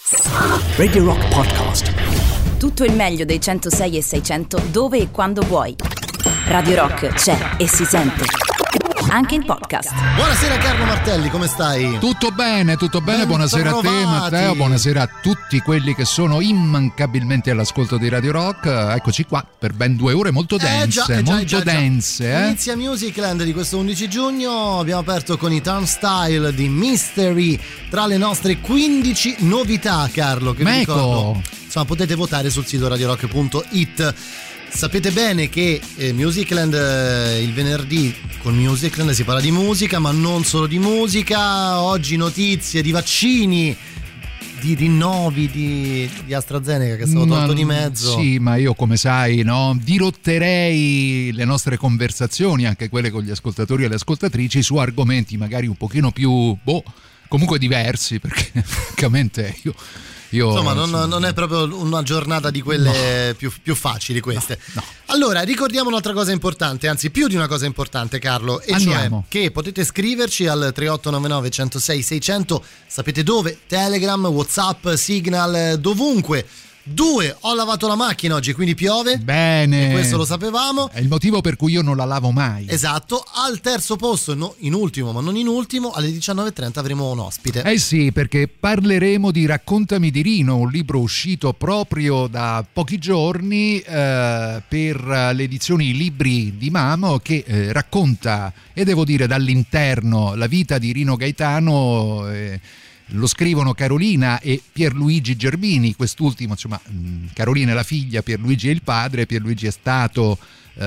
Radio Rock Podcast. Tutto il meglio dei 106 e 600 dove e quando vuoi. Radio Rock c'è e si sente anche in podcast. Buonasera Carlo Martelli, come stai? Tutto bene, buonasera a te Matteo, buonasera a tutti quelli che sono immancabilmente all'ascolto di Radio Rock. Eccoci qua per ben 2 ore molto dense, molto dense. Inizia Musicland di questo 11 giugno, abbiamo aperto con i Turnstile di Mystery tra le nostre 15 novità, Carlo, che vi ricordo, insomma, potete votare sul sito radiorock.it. Sapete bene che Musicland il venerdì con Musicland si parla di musica, ma non solo di musica. Oggi notizie di vaccini, di rinnovi di AstraZeneca che è stato tolto di mezzo. Sì, ma io, come sai, dirotterei le nostre conversazioni, anche quelle con gli ascoltatori e le ascoltatrici, su argomenti magari un pochino più comunque diversi, perché francamente io insomma non è proprio una giornata di quelle più facili queste. No. Allora ricordiamo un'altra cosa importante, anzi più di una cosa importante, Carlo, e Andiamo. cioè che potete scriverci al 3899 106 600, sapete dove? Telegram, WhatsApp, Signal, dovunque. 2, ho lavato la macchina oggi, quindi piove. Bene. E questo lo sapevamo. È il motivo per cui io non la lavo mai. Esatto. Al terzo posto, in ultimo ma non in ultimo, alle 19:30 avremo un ospite. Eh sì, perché parleremo di Raccontami di Rino, un libro uscito proprio da pochi giorni per le edizioni Libri di Mamo, che racconta, e devo dire dall'interno, la vita di Rino Gaetano. Lo scrivono Carolina e Pierluigi Gerbini, quest'ultimo, insomma, Carolina è la figlia, Pierluigi è il padre. Pierluigi è stato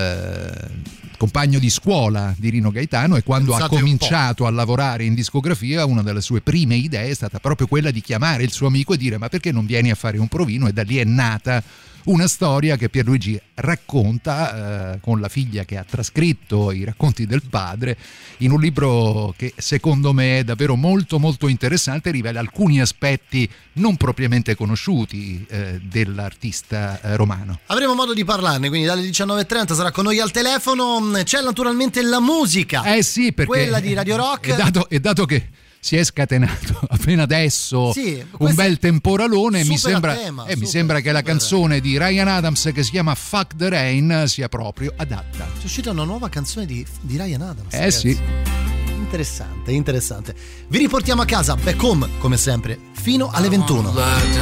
compagno di scuola di Rino Gaetano, e quando ha cominciato a lavorare in discografia una delle sue prime idee è stata proprio quella di chiamare il suo amico e dire: ma perché non vieni a fare un provino? E da lì è nata una storia che Pierluigi racconta con la figlia, che ha trascritto i racconti del padre in un libro che secondo me è davvero molto molto interessante, rivela alcuni aspetti non propriamente conosciuti dell'artista romano. Avremo modo di parlarne, quindi dalle 19:30 sarà con noi al telefono. C'è naturalmente la musica, sì, perché quella di Radio Rock, e dato che si è scatenato appena adesso un bel temporalone, mi sembra che la canzone di Ryan Adams, che si chiama Fuck the Rain, sia proprio adatta. C'è uscita una nuova canzone di Ryan Adams, ragazzi. Sì, interessante. Vi riportiamo a casa, back home, come sempre, fino alle 21.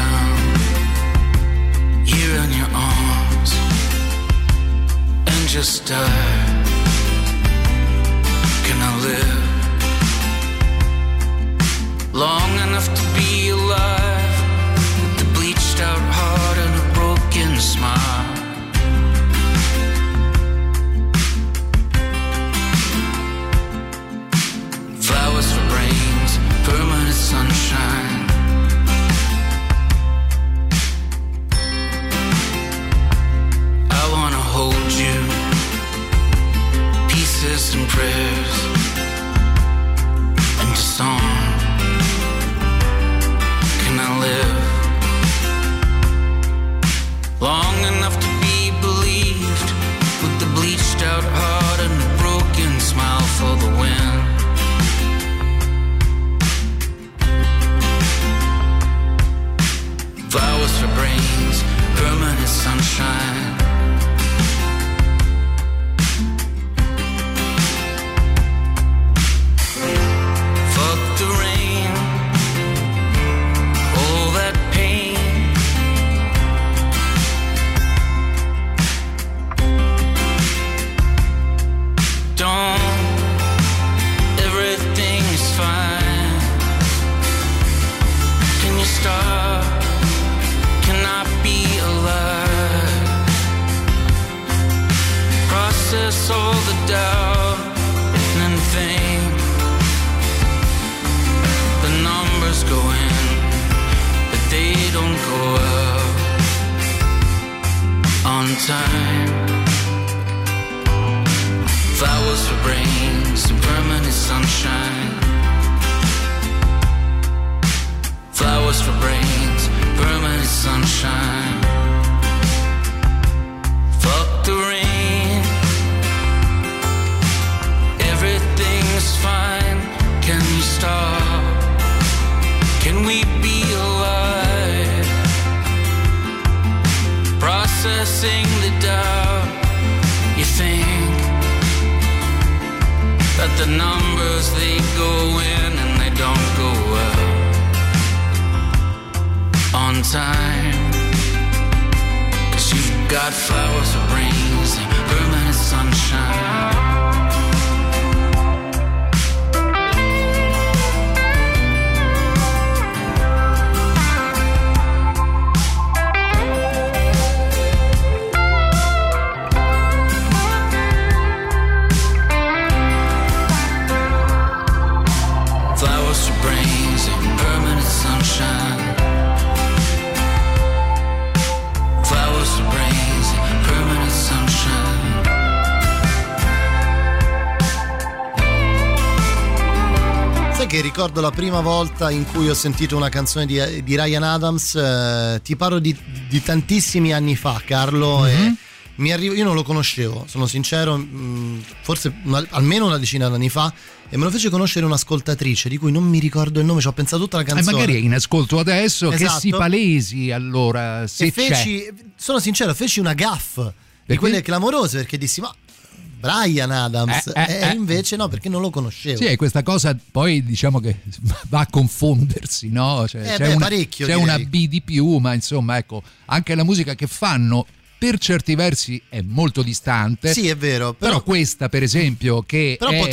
Long enough to be alive, with the bleached out heart and a broken smile. Flowers for brains, permanent sunshine. I wanna hold you, pieces and prayers, and a song. I live long enough to be believed, with the bleached out heart and a broken smile for the wind. Flowers for brains, permanent sunshine. Fuck the rain, all that pain. Don't, everything is fine. Can you stop? Can I be alive? Process all the doubt and think. The numbers go in, they don't go up on time. Flowers for brains and permanent sunshine. Flowers for brains, permanent sunshine. Fuck the rain, everything's fine. Can you stop? Can we be alive? sing the doubt. You think that the numbers they go in and they don't go out on time, 'cause you've got flowers for brains and permanent sunshine. Che ricordo la prima volta in cui ho sentito una canzone di Ryan Adams, ti parlo di tantissimi anni fa, Carlo, e io non lo conoscevo, sono sincero, forse almeno una decina d'anni fa, e me lo fece conoscere un'ascoltatrice di cui non mi ricordo il nome, ci ho pensato tutta la canzone. Magari è in ascolto adesso, esatto. Che si palesi allora, se c'è. Sono sincero, feci una gaffe di quelle clamorose, perché dissi ma Bryan Adams, invece no, perché non lo conoscevo. Sì, è questa cosa poi diciamo che va a confondersi, no? Cioè, c'è una B di più, ma insomma ecco, anche la musica che fanno per certi versi è molto distante. Sì, è vero. Però questa per esempio, che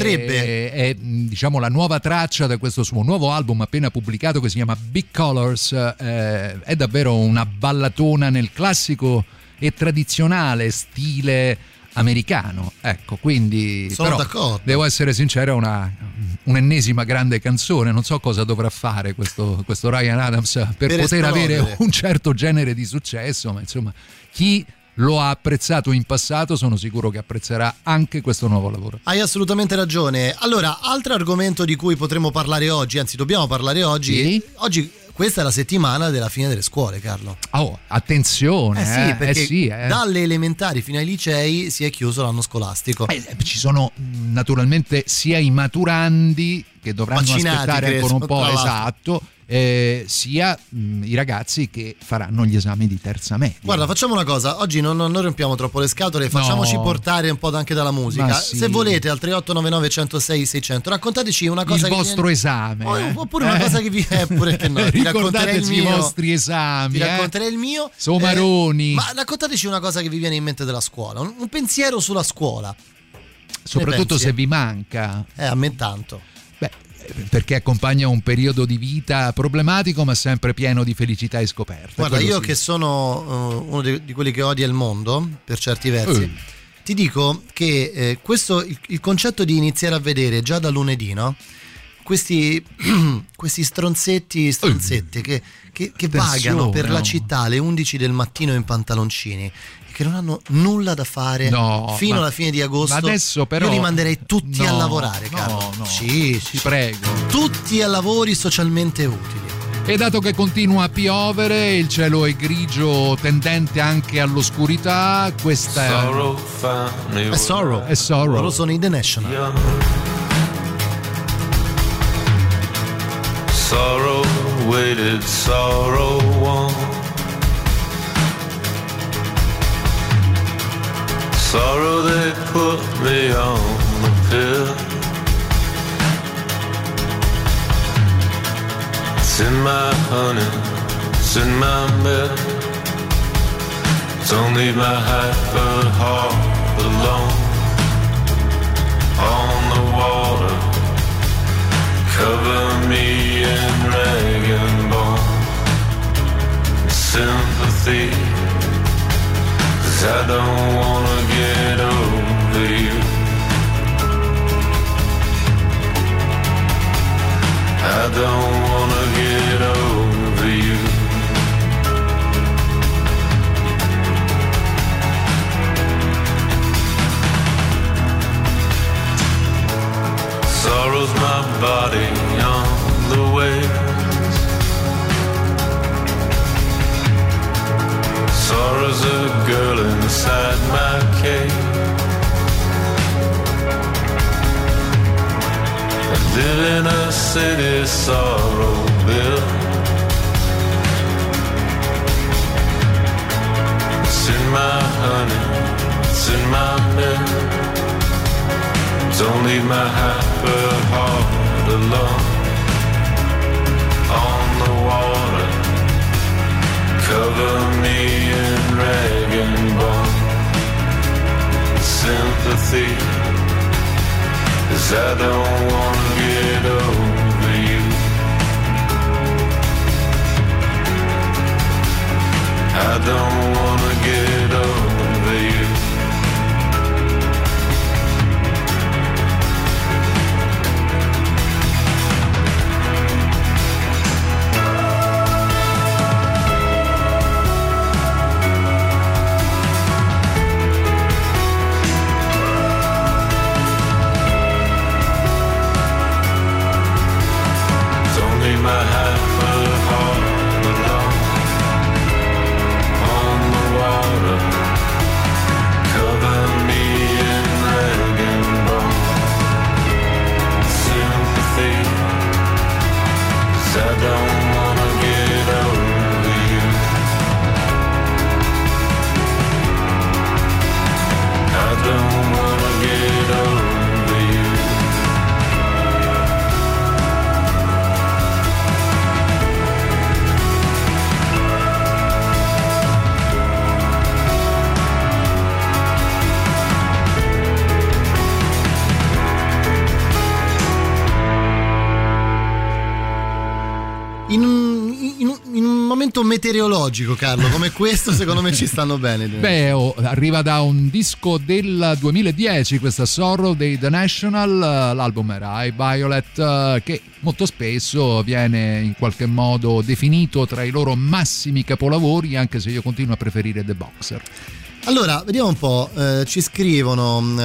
è diciamo la nuova traccia da questo suo nuovo album appena pubblicato, che si chiama Big Colors, è davvero una ballatona nel classico e tradizionale stile americano, ecco, quindi sono però d'accordo. Devo essere sincero, un'ennesima grande canzone, non so cosa dovrà fare questo Ryan Adams per poter esplodere. avere un certo genere di successo, ma insomma chi lo ha apprezzato in passato sono sicuro che apprezzerà anche questo nuovo lavoro. Hai assolutamente ragione. Allora, altro argomento di cui potremo parlare oggi, anzi dobbiamo parlare oggi, sì? Oggi questa è la settimana della fine delle scuole, Carlo. Oh, attenzione, sì, perché dalle elementari fino ai licei si è chiuso l'anno scolastico. Ci sono naturalmente sia i maturandi che dovranno aspettare ancora un po', esatto, sia i ragazzi che faranno gli esami di terza media. Guarda, facciamo una cosa, oggi non rompiamo troppo le scatole, facciamoci portare un po' anche dalla musica. Sì. Se volete al 3899 106 600 raccontateci una cosa, il vostro esame, oppure una cosa che vi pure che no, ti racconterei il mio, i vostri esami, ti racconterei il mio Somaroni, ma raccontateci una cosa che vi viene in mente della scuola, un pensiero sulla scuola, soprattutto se vi manca. A me tanto. Perché accompagna un periodo di vita problematico ma sempre pieno di felicità e scoperte. Guarda, io che sono uno di quelli che odia il mondo per certi versi, ti dico che questo il concetto di iniziare a vedere già da lunedì, no? Questi stronzetti che vagano per la città alle 11 del mattino in pantaloncini, che non hanno nulla da fare fino alla fine di agosto. Ma adesso però io li manderei tutti a lavorare, Carlo. Sì, prego. Tutti a lavori socialmente utili. E dato che continua a piovere, il cielo è grigio tendente anche all'oscurità, questa è Sorrow. Loro sono in The National. Sorrow waited, sorrow won. Sorrow, they put me on the pill. It's in my honey, it's in my milk. Don't leave my hyper heart alone. On the water, cover me in rag and bone. Sympathy, 'cause I don't wanna get over you. I don't wanna get over you. Sorrow's my body on the waves. Sorrow's a girl inside my cave. I live in a city sorrow built. It's in my my happy heart alone on the water. Cover me in rag and bone. Sympathy, 'cause I don't wanna get over you. I don't wanna get over you. My happy heart alone on the water. Cover me in rag and bone. Sympathy, 'cause I don't wanna get over you. I don't wanna get over you. In un momento meteorologico, Carlo, come questo, secondo me ci stanno bene. Beh, arriva da un disco del 2010, questa Sorrow dei The National, l'album era I Violet, che molto spesso viene in qualche modo definito tra i loro massimi capolavori, anche se io continuo a preferire The Boxer. Allora, vediamo un po', ci scrive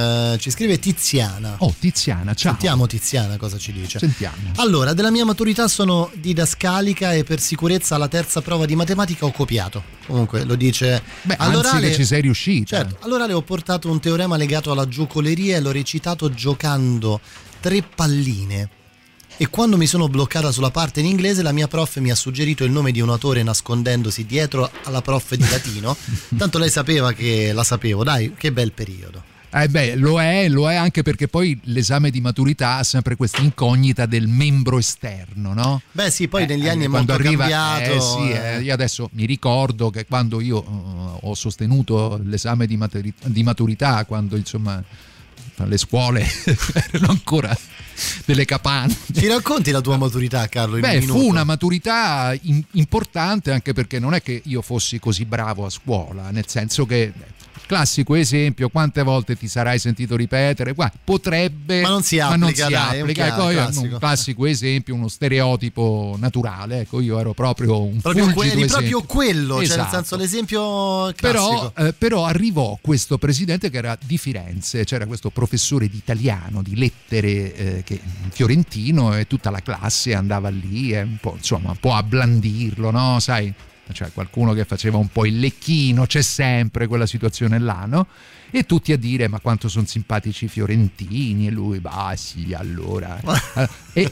Tiziana. Oh, Tiziana, ciao. Sentiamo Tiziana cosa ci dice. Sentiamo. Allora, della mia maturità sono didascalica e per sicurezza alla terza prova di matematica ho copiato. Comunque lo dice. Beh, anzi che ci sei riuscita. Certo, all'orale ho portato un teorema legato alla giocoleria e l'ho recitato giocando 3 palline. E quando mi sono bloccata sulla parte in inglese, la mia prof mi ha suggerito il nome di un autore nascondendosi dietro alla prof di latino. Tanto lei sapeva che la sapevo. Dai, che bel periodo. Beh, lo è anche perché poi l'esame di maturità ha sempre questa incognita del membro esterno, no? Beh sì, poi negli anni è molto cambiato. Io adesso mi ricordo che quando io ho sostenuto l'esame di maturità, quando insomma le scuole erano ancora delle capanne. Ci racconti la tua maturità, Carlo? Beh, fu una maturità importante, anche perché non è che io fossi così bravo a scuola, nel senso che classico esempio, quante volte ti sarai sentito ripetere potrebbe, ma non si applica, ecco, un classico esempio, uno stereotipo naturale, ecco, io ero proprio un fulgido esempio. Proprio quello, esatto. Cioè nel senso l'esempio classico. Però arrivò questo presidente che era di Firenze, c'era questo professore di italiano, di lettere fiorentino, e tutta la classe andava lì un po' a blandirlo, no? Sai, cioè qualcuno che faceva un po' il lecchino, c'è sempre quella situazione là, no? E tutti a dire ma quanto sono simpatici i fiorentini, e lui sì, allora e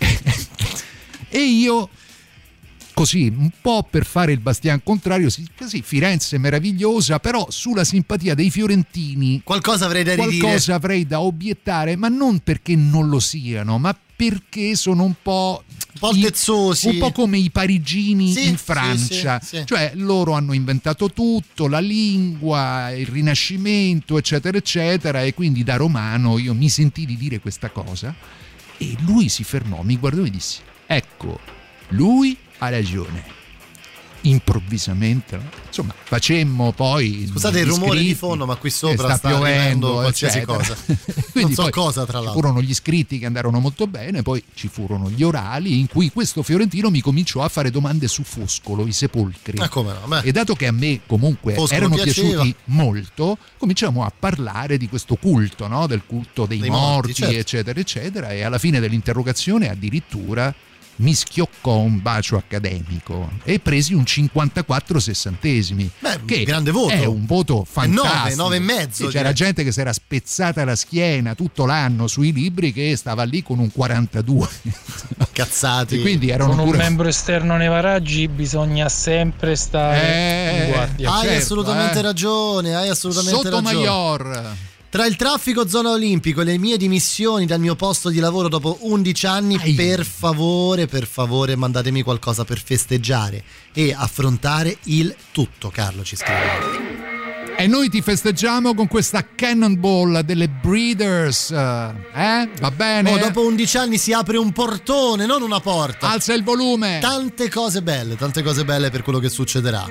io così un po' per fare il bastian contrario, così Firenze meravigliosa, però sulla simpatia dei fiorentini qualcosa avrei da ridire, qualcosa avrei da obiettare, ma non perché non lo siano, ma perché sono un po' tezzosi, un po' come i parigini in Francia, sì. Cioè loro hanno inventato tutto, la lingua, il Rinascimento, eccetera eccetera, e quindi da romano io mi sentii di dire questa cosa e lui si fermò, mi guardò e disse: ecco, lui ha ragione. Improvvisamente, insomma, facemmo poi. Scusate il rumore di fondo, ma qui sopra sta piovendo qualsiasi cosa. Non so cosa, tra l'altro. Furono gli scritti che andarono molto bene, poi ci furono gli orali in cui questo fiorentino mi cominciò a fare domande su Foscolo, i sepolcri. Come no? Beh. E dato che a me comunque Foscolo erano piaceva. piaciuti molto, cominciamo a parlare di questo culto, no? Del culto dei morti, certo. Eccetera, eccetera. E alla fine dell'interrogazione addirittura mi schioccò un bacio accademico e presi un 54 sessantesimi. Beh, che grande voto. È un voto fantastico. 9,5. Sì, c'era gente che si era spezzata la schiena tutto l'anno sui libri, che stava lì con un 42. Cazzati. E quindi erano con un pure... membro esterno nei paraggi bisogna sempre stare in guardia. Hai assolutamente ragione, Sotomayor. Tra il traffico zona olimpico e le mie dimissioni dal mio posto di lavoro dopo 11 anni, per favore, mandatemi qualcosa per festeggiare e affrontare il tutto. Carlo ci scrive. E noi ti festeggiamo con questa Cannonball delle Breeders. Va bene? Dopo 11 anni si apre un portone, non una porta. Alza il volume. Tante cose belle per quello che succederà.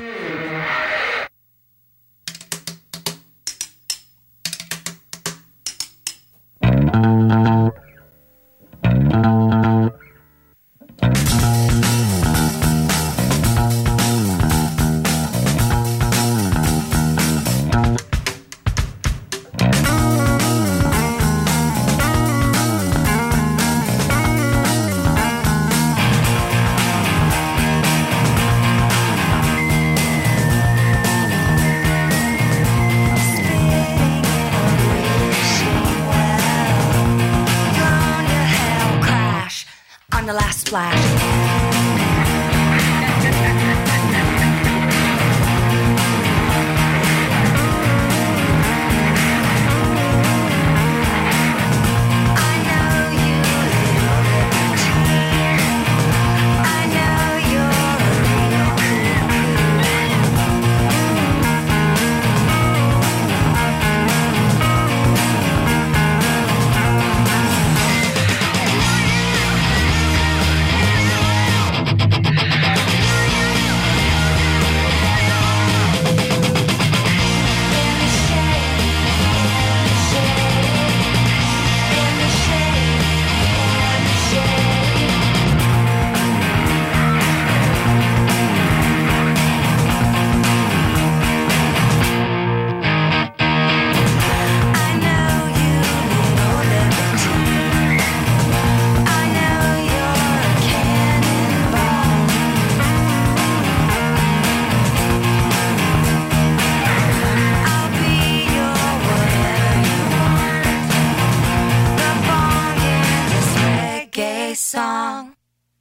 The last splash. Song.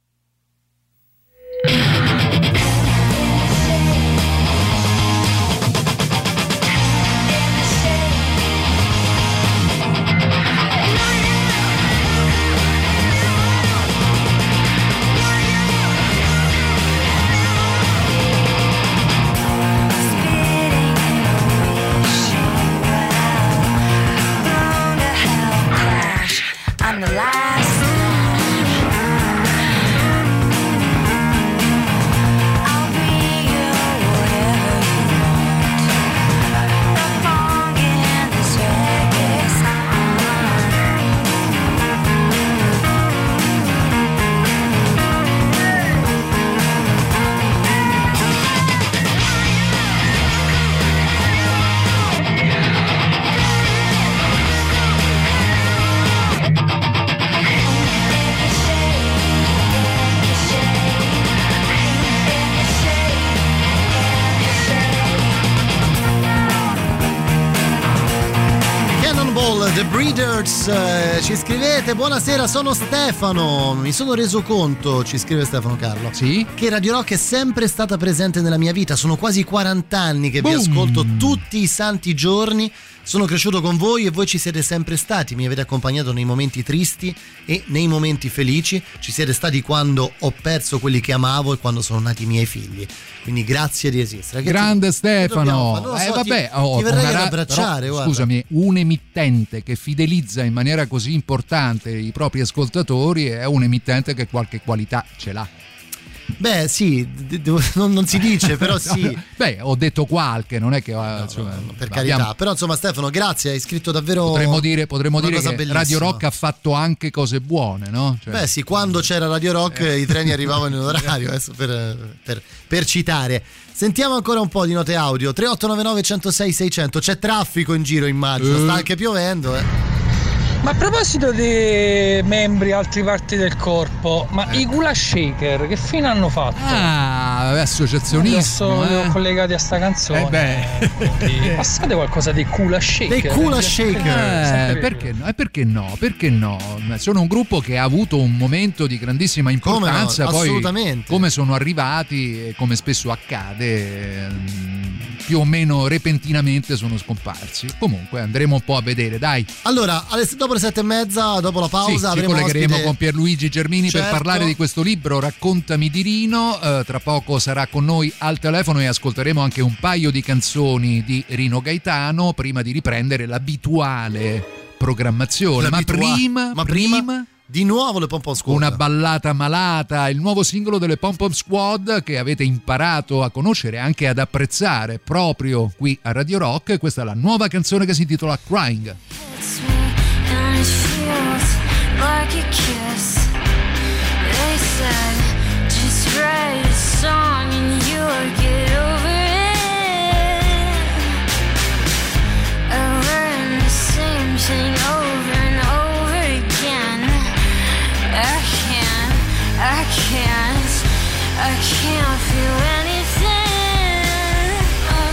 I'm the last. The Breeders, ci scrivete: buonasera, sono Stefano. Mi sono reso conto, ci scrive Stefano Carlo, sì? che Radio Rock è sempre stata presente nella mia vita. Sono quasi 40 anni che vi ascolto tutti i santi giorni. Sono cresciuto con voi e voi ci siete sempre stati. Mi avete accompagnato nei momenti tristi e nei momenti felici. Ci siete stati quando ho perso quelli che amavo e quando sono nati i miei figli. Quindi grazie di esistere. Grande Stefano. Vabbè, ti verrei ad abbracciare. Però, scusami, un emittente che fidelizza in maniera così importante i propri ascoltatori è un emittente che qualche qualità ce l'ha. Beh, sì, non si dice, però sì. Beh, ho detto qualche, non è che insomma, per carità. Però insomma, Stefano, grazie, hai scritto davvero. Potremmo dire che bellissima. Radio Rock ha fatto anche cose buone, no? Beh, sì, quando c'era Radio Rock i treni arrivavano in orario, adesso per citare. Sentiamo ancora un po' di note audio. 3899 106 600. C'è traffico in giro, immagino, sta anche piovendo, Ma a proposito di membri altri parti del corpo, ma i Kula Shaker che fine hanno fatto? Associazionismo. Li ho collegati a sta canzone. Passate qualcosa dei Kula Shaker. Dei Kula Shaker. Perché no? Perché no? Perché no? Sono un gruppo che ha avuto un momento di grandissima importanza. Come no? Poi assolutamente. come sono arrivati, come spesso accade, più o meno repentinamente sono scomparsi. Comunque andremo un po' a vedere, dai. Allora, dopo le 7:30, dopo la pausa, ci collegheremo con Pierluigi Germini, certo, per parlare di questo libro Raccontami di Rino. Tra poco sarà con noi al telefono e ascolteremo anche un paio di canzoni di Rino Gaetano prima di riprendere l'abituale programmazione. Ma prima di nuovo le Pom Pom Squad. Una ballata malata, il nuovo singolo delle Pom Pom Squad che avete imparato a conoscere e anche ad apprezzare proprio qui a Radio Rock. Questa è la nuova canzone che si intitola Crying. I can't feel anything. I'm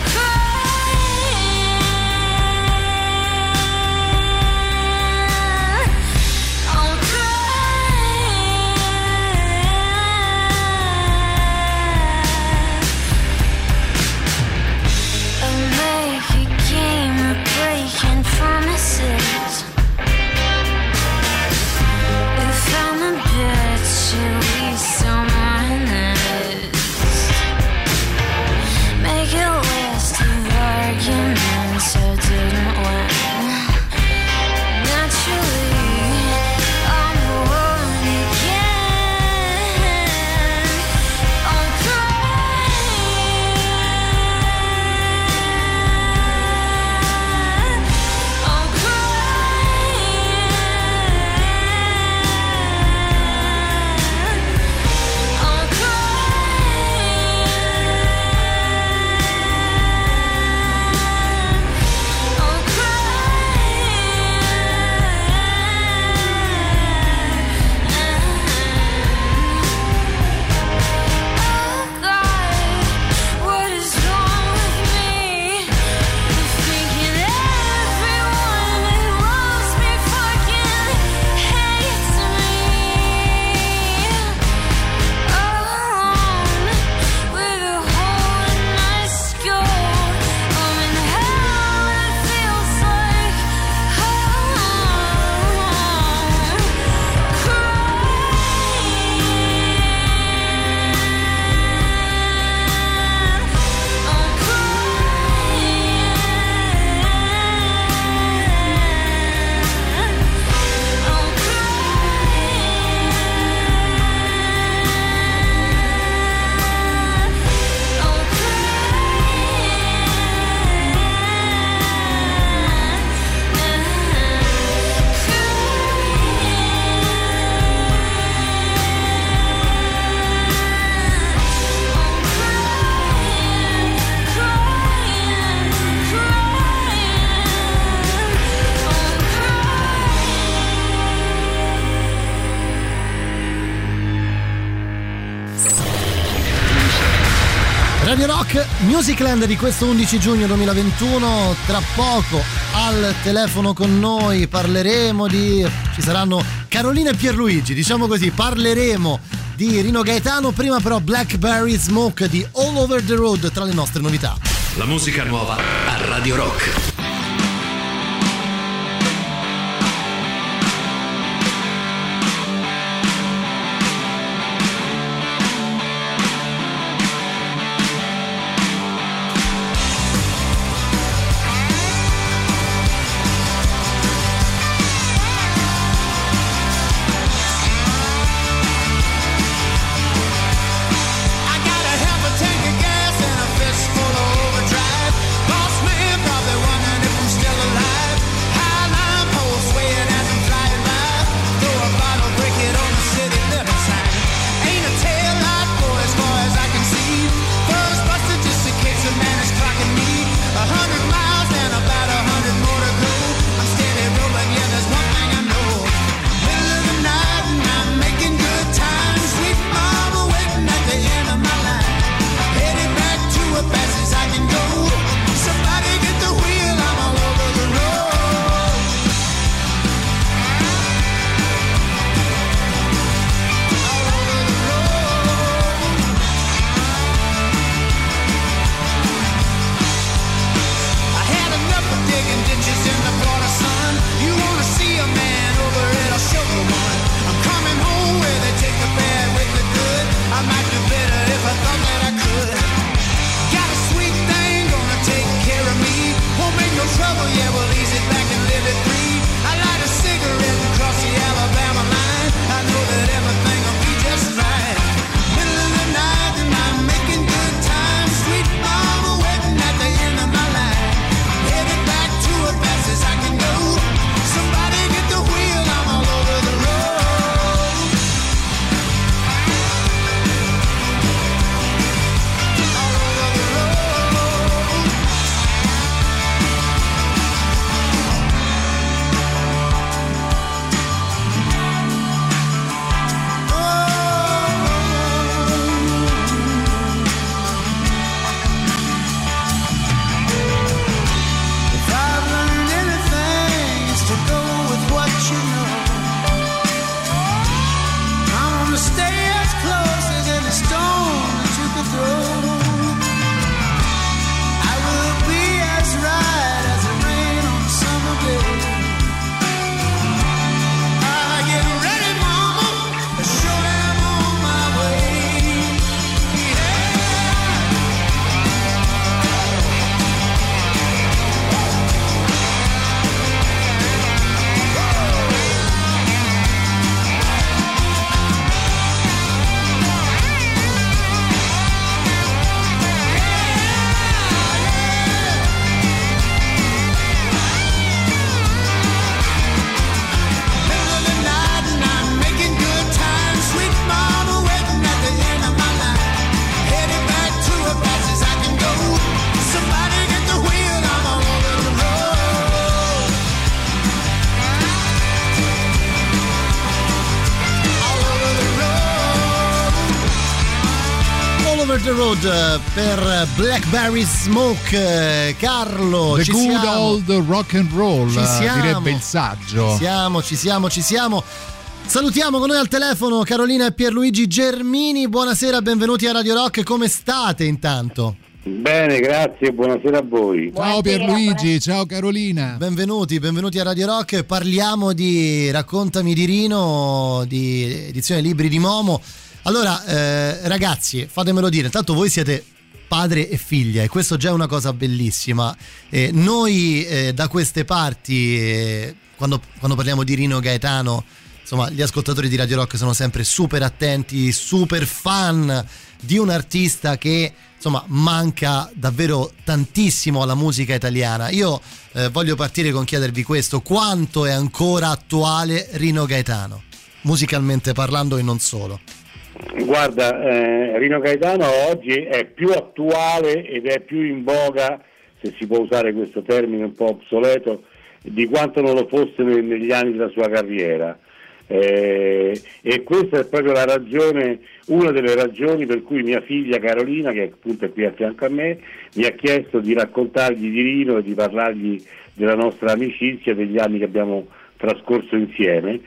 crying. I'm crying. I make a game of breaking promises. You found the bit to be someone else. Make a list of arguments I didn't win. Naturally, I'm the one again. I'm crying. I'm crying. I'm Radio Rock Musicland di questo 11 giugno 2021. Tra poco al telefono con noi parleremo ci saranno Carolina e Pierluigi, diciamo così, parleremo di Rino Gaetano. Prima però Blackberry Smoke di All Over the Road tra le nostre novità. La musica nuova a Radio Rock. Tank of gas and a fistful of overdrive. Boss man probably wondering the Road per Blackberry Smoke. Carlo, The good old rock and roll, direbbe il saggio. Ci siamo. Salutiamo con noi al telefono Carolina e Pierluigi Germini. Buonasera, benvenuti a Radio Rock. Come state intanto? Bene, grazie, buonasera a voi. Ciao Pierluigi, ciao Carolina. Benvenuti a Radio Rock. Parliamo di Raccontami di Rino, di edizione Libri di Momo. Allora, ragazzi, fatemelo dire, intanto voi siete padre e figlia e questo già è una cosa bellissima. Noi da queste parti, quando parliamo di Rino Gaetano, insomma, gli ascoltatori di Radio Rock sono sempre super attenti, super fan di un artista che, insomma, manca davvero tantissimo alla musica italiana. Io voglio partire con chiedervi questo: quanto è ancora attuale Rino Gaetano, musicalmente parlando e non solo? Guarda, Rino Gaetano oggi è più attuale ed è più in voga, se si può usare questo termine un po' obsoleto, di quanto non lo fosse negli anni della sua carriera. E questa è proprio la ragione, una delle ragioni per cui mia figlia Carolina, che appunto è qui a fianco a me, mi ha chiesto di raccontargli di Rino e di parlargli della nostra amicizia, degli anni che abbiamo trascorso insieme,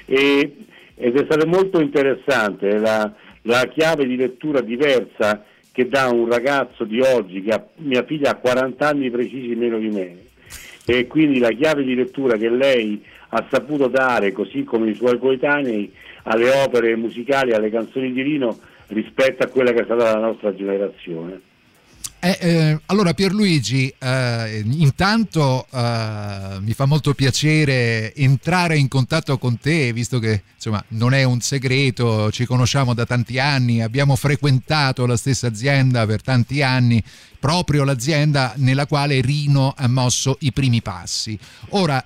ed è stato molto interessante la chiave di lettura diversa che dà un ragazzo di oggi, mia figlia ha 40 anni precisi meno di me, e quindi la chiave di lettura che lei ha saputo dare, così come i suoi coetanei, alle opere musicali, alle canzoni di Rino, rispetto a quella che è stata la nostra generazione. Allora Pierluigi, intanto mi fa molto piacere entrare in contatto con te, visto che insomma non è un segreto, ci conosciamo da tanti anni, abbiamo frequentato la stessa azienda per tanti anni, proprio l'azienda nella quale Rino ha mosso i primi passi. Ora,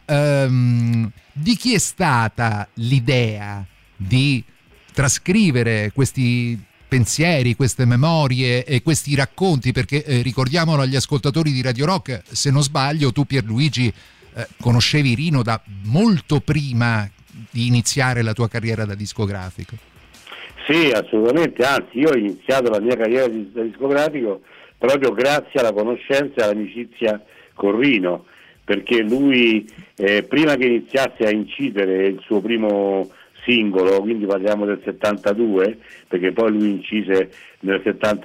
di chi è stata l'idea di trascrivere questi pensieri, queste memorie e questi racconti? Perché ricordiamolo agli ascoltatori di Radio Rock, se non sbaglio tu Pierluigi conoscevi Rino da molto prima di iniziare la tua carriera da discografico. Sì, assolutamente, anzi io ho iniziato la mia carriera da discografico proprio grazie alla conoscenza e all'amicizia con Rino, perché lui prima che iniziasse a incidere il suo primo singolo, quindi parliamo del 72, perché poi lui incise nel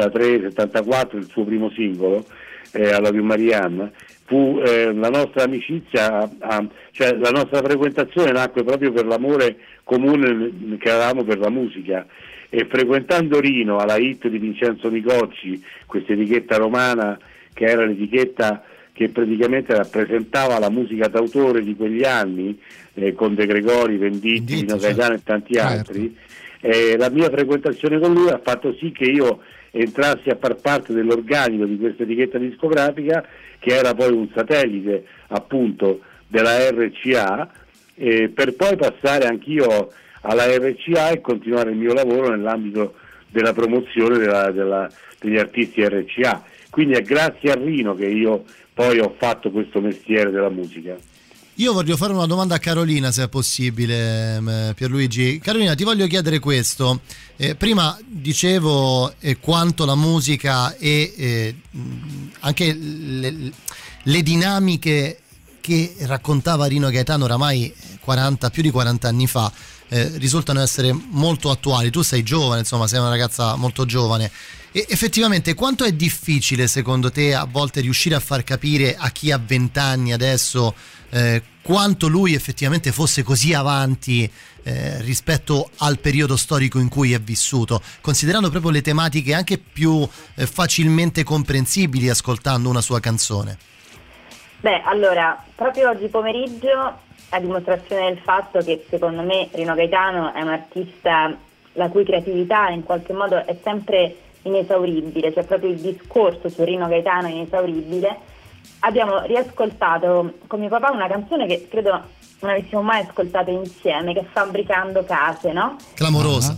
73-74 il suo primo singolo, alla Più Marianne, fu la nostra amicizia, cioè la nostra frequentazione nacque proprio per l'amore comune che avevamo per la musica, e frequentando Rino alla hit di Vincenzo Micocci, questa etichetta romana che era l'etichetta che praticamente rappresentava la musica d'autore di quegli anni, con De Gregori, Venditti, Rino Gaetano e tanti altri, la mia frequentazione con lui ha fatto sì che io entrassi a far parte dell'organico di questa etichetta discografica, che era poi un satellite appunto della RCA, per poi passare anch'io alla RCA e continuare il mio lavoro nell'ambito della promozione degli artisti RCA. Quindi è grazie a Rino che io poi ho fatto questo mestiere della musica. Io voglio fare una domanda a Carolina, se è possibile, Pierluigi. Carolina, ti voglio chiedere questo. Prima dicevo quanto la musica e anche le dinamiche che raccontava Rino Gaetano oramai più di 40 anni fa risultano essere molto attuali. Tu sei giovane, insomma, sei una ragazza molto giovane. E effettivamente quanto è difficile secondo te a volte riuscire a far capire a chi ha 20 anni adesso quanto lui effettivamente fosse così avanti rispetto al periodo storico in cui è vissuto, considerando proprio le tematiche anche più facilmente comprensibili ascoltando una sua canzone? Beh, allora, proprio oggi pomeriggio, a dimostrazione del fatto che secondo me Rino Gaetano è un artista la cui creatività in qualche modo è sempre inesauribile, cioè proprio il discorso su Rino Gaetano è inesauribile, abbiamo riascoltato con mio papà una canzone che credo non avessimo mai ascoltato insieme, che è Fabbricando Case, no? Clamorosa.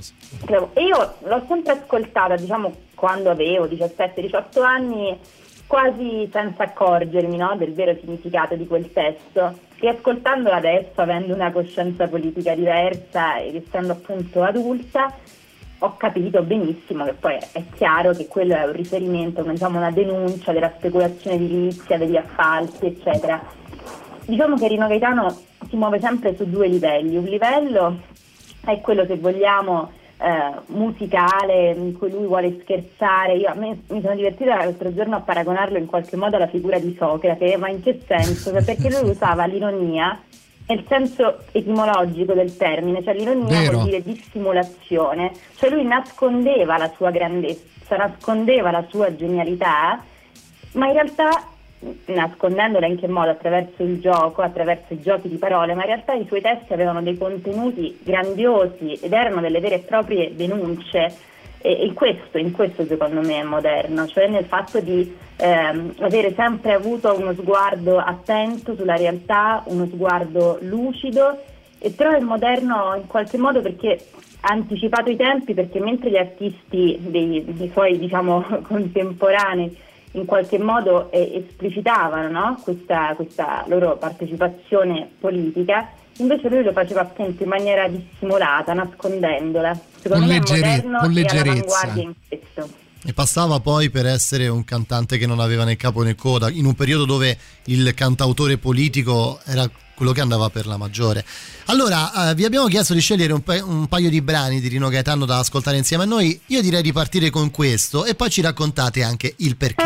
E io l'ho sempre ascoltata, diciamo, quando avevo 17-18 anni, quasi senza accorgermi, no, del vero significato di quel testo. Riascoltandola adesso, avendo una coscienza politica diversa ed essendo appunto adulta, ho capito benissimo che poi è chiaro che quello è un riferimento, diciamo, una denuncia della speculazione edilizia, degli appalti, eccetera. Diciamo che Rino Gaetano si muove sempre su due livelli. Un livello è quello, se vogliamo, musicale, in cui lui vuole scherzare. Mi sono divertita l'altro giorno a paragonarlo in qualche modo alla figura di Socrate, ma in che senso? Perché lui usava l'ironia nel senso etimologico del termine, cioè l'ironia vuol dire dissimulazione, cioè lui nascondeva la sua grandezza, nascondeva la sua genialità, ma in realtà nascondendola in che modo? Attraverso il gioco, attraverso i giochi di parole, ma in realtà i suoi testi avevano dei contenuti grandiosi ed erano delle vere e proprie denunce, e in questo secondo me è moderno, cioè nel fatto di avere sempre avuto uno sguardo attento sulla realtà, uno sguardo lucido, e però è moderno in qualche modo perché ha anticipato i tempi, perché mentre gli artisti dei suoi, diciamo, contemporanei in qualche modo esplicitavano, no? questa loro partecipazione politica, invece lui lo faceva appunto in maniera dissimulata, nascondendola. Secondo me è moderno con leggerezza. E all'avanguardia in questo. E passava poi per essere un cantante che non aveva né capo né coda, in un periodo dove il cantautore politico era quello che andava per la maggiore. Allora, vi abbiamo chiesto di scegliere un paio di brani di Rino Gaetano da ascoltare insieme a noi. Io direi di partire con questo e poi ci raccontate anche il perché.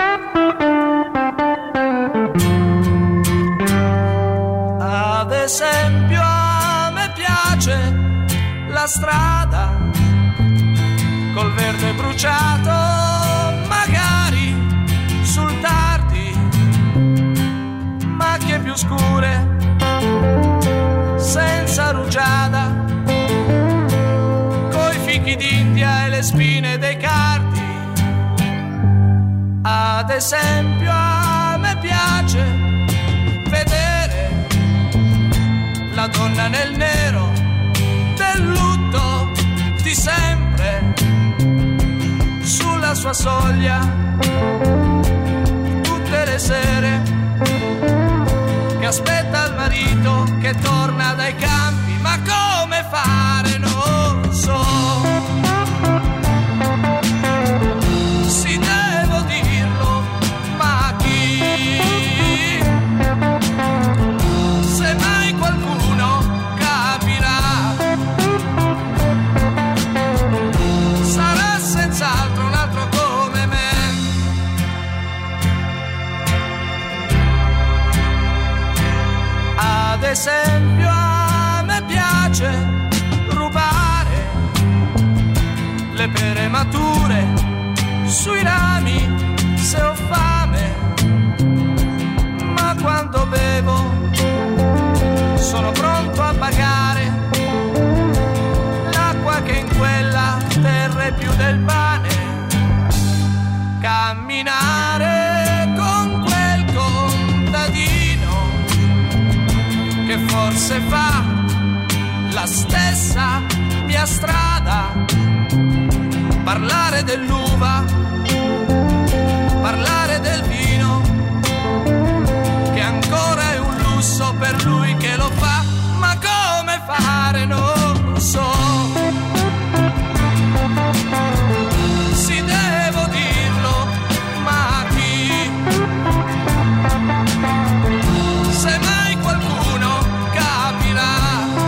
Ad esempio a me piace la strada col verde bruciato, magari sul tardi, macchie più scure, senza rugiada, coi fichi d'India e le spine dei cardi. Ad esempio a me piace vedere la donna nel nero del lutto di sempre sulla sua soglia tutte le sere, che aspetta il marito che torna dai campi, ma come fare non so. Sì, devo dirlo, ma chi? Se mai qualcuno capirà, sarà senz'altro un altro come me. Ad esempio a me piace rubare le pere mature sui rami se ho fame, ma quando bevo sono pronto a pagare l'acqua che in quella terra è più del pane. Camminare con quel contadino che forse fa la stessa mia strada, parlare dell'uva, parlare del vino, che ancora è un lusso per lui che lo fa, ma come fare non so. Sì, devo dirlo, ma chi? Se mai qualcuno capirà,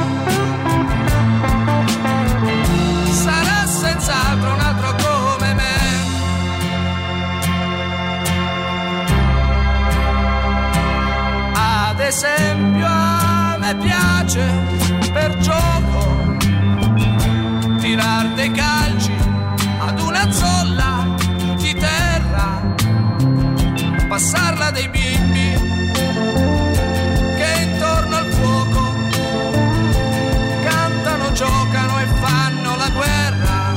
sarà senz'altro un altro come me. Ad esempio a me piace per gioco tirar dei calci ad una zolla di terra, passarla dei bimbi che intorno al fuoco cantano, giocano e fanno la guerra.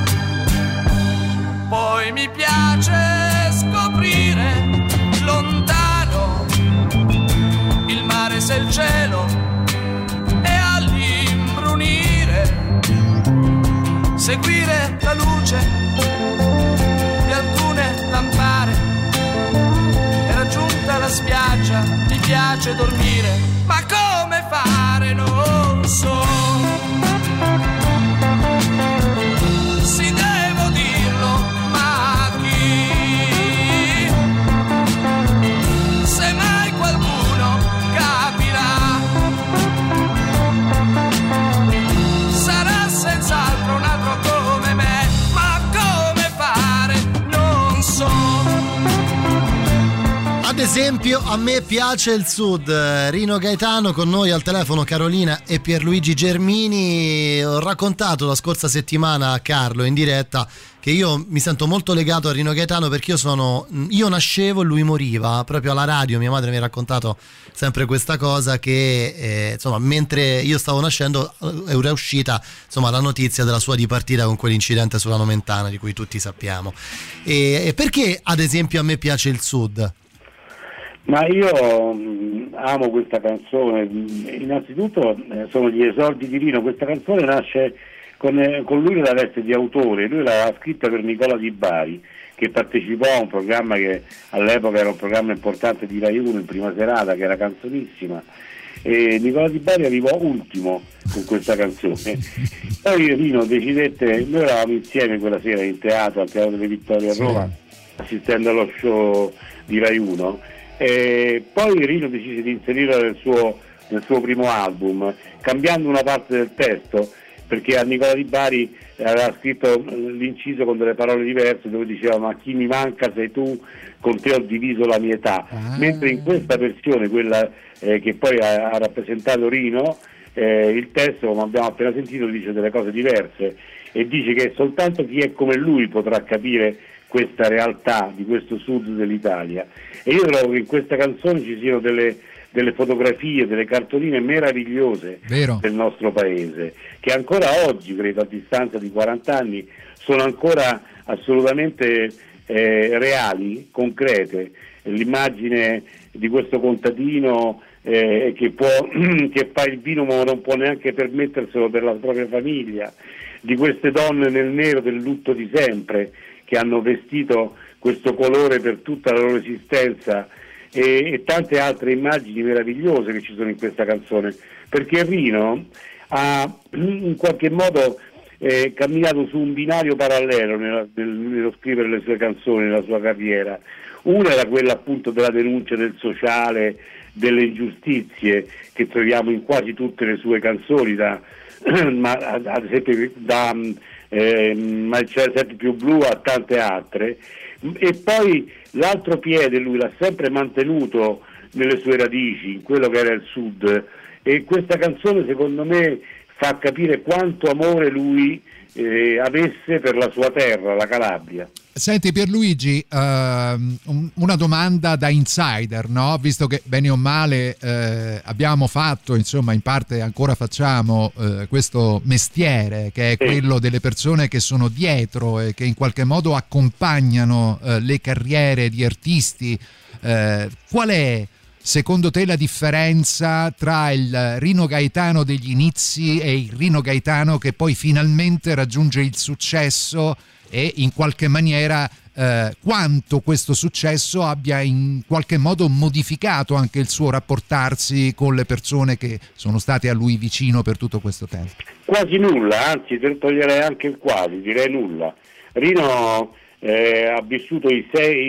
Poi mi piace scoprire lontano il mare se il cielo e all'imbrunire seguire la luce di alcune lampare. E raggiunta la spiaggia mi piace dormire, ma come fare non so. Sì, esempio a me piace il Sud. Rino Gaetano con noi al telefono, Carolina e Pierluigi Germini. Ho raccontato la scorsa settimana a Carlo in diretta che io mi sento molto legato a Rino Gaetano perché io nascevo e lui moriva. Proprio alla radio mia madre mi ha raccontato sempre questa cosa, che insomma mentre io stavo nascendo era uscita insomma la notizia della sua dipartita con quell'incidente sulla Nomentana di cui tutti sappiamo. E perché ad esempio a me piace il Sud? Ma io amo questa canzone. Innanzitutto sono gli esordi di Rino. Questa canzone nasce con lui nella veste di autore. Lui l'aveva scritta per Nicola Di Bari, che partecipò a un programma che all'epoca era un programma importante di Rai 1 in prima serata, che era Canzonissima, e Nicola Di Bari arrivò ultimo con questa canzone. Poi Rino decidette, noi eravamo insieme quella sera in teatro, al Teatro delle Vittorie a Roma, assistendo allo show di Rai 1, e poi Rino decise di inserirla nel suo primo album, cambiando una parte del testo, perché a Nicola Di Bari aveva scritto l'inciso con delle parole diverse, dove diceva: ma chi mi manca sei tu, con te ho diviso la mia età. Mentre in questa versione, quella che poi ha rappresentato Rino, il testo, come abbiamo appena sentito, dice delle cose diverse e dice che soltanto chi è come lui potrà capire questa realtà di questo sud dell'Italia. E io trovo che in questa canzone ci siano delle fotografie, delle cartoline meravigliose del nostro paese, che ancora oggi, credo a distanza di 40 anni, sono ancora assolutamente reali, concrete. L'immagine di questo contadino che fa il vino ma non può neanche permetterselo per la propria famiglia, di queste donne nel nero del lutto di sempre, che hanno vestito questo colore per tutta la loro esistenza, e tante altre immagini meravigliose che ci sono in questa canzone, perché Rino ha in qualche modo camminato su un binario parallelo nello scrivere le sue canzoni, nella sua carriera. Una era quella appunto della denuncia del sociale, delle ingiustizie, che troviamo in quasi tutte le sue canzoni, ad esempio da Ma il cielo è sempre più blu a tante altre. E poi l'altro piede lui l'ha sempre mantenuto nelle sue radici, in quello che era il Sud, e questa canzone secondo me fa capire quanto amore lui avesse per la sua terra, la Calabria. Senti Pierluigi, una domanda da insider, no? Visto che bene o male abbiamo fatto, insomma in parte ancora facciamo questo mestiere, che è quello delle persone che sono dietro e che in qualche modo accompagnano le carriere di artisti. Qual è secondo te la differenza tra il Rino Gaetano degli inizi e il Rino Gaetano che poi finalmente raggiunge il successo, e in qualche maniera quanto questo successo abbia in qualche modo modificato anche il suo rapportarsi con le persone che sono state a lui vicino per tutto questo tempo? Quasi nulla, anzi toglierei anche il quasi, direi nulla. Rino ha vissuto i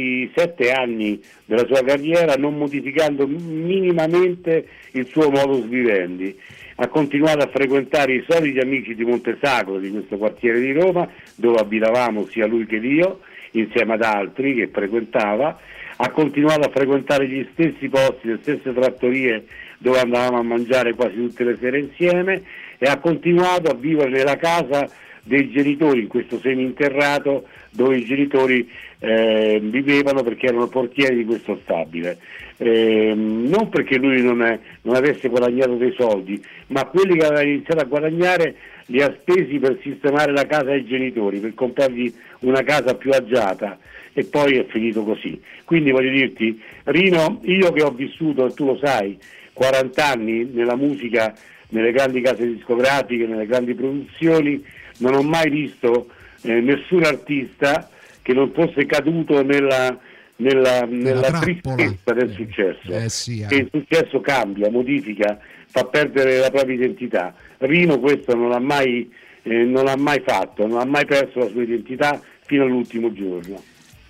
7 anni della sua carriera non modificando minimamente il suo modus vivendi. Ha continuato a frequentare i soliti amici di Montesacro, di questo quartiere di Roma, dove abitavamo sia lui che io, insieme ad altri che frequentava. Ha continuato a frequentare gli stessi posti, le stesse trattorie dove andavamo a mangiare quasi tutte le sere insieme, e ha continuato a vivere nella casa dei genitori, in questo seminterrato dove i genitori vivevano, perché erano portieri di questo stabile. Non perché lui non avesse guadagnato dei soldi, ma quelli che aveva iniziato a guadagnare li ha spesi per sistemare la casa ai genitori, per comprargli una casa più agiata, e poi è finito così. Quindi voglio dirti, Rino, io che ho vissuto, e tu lo sai, 40 anni nella musica, nelle grandi case discografiche, nelle grandi produzioni, non ho mai visto nessun artista che non fosse caduto nella tristezza del successo. Che il successo cambia, modifica, fa perdere la propria identità. Rino questo non l'ha mai fatto, non ha mai perso la sua identità fino all'ultimo giorno.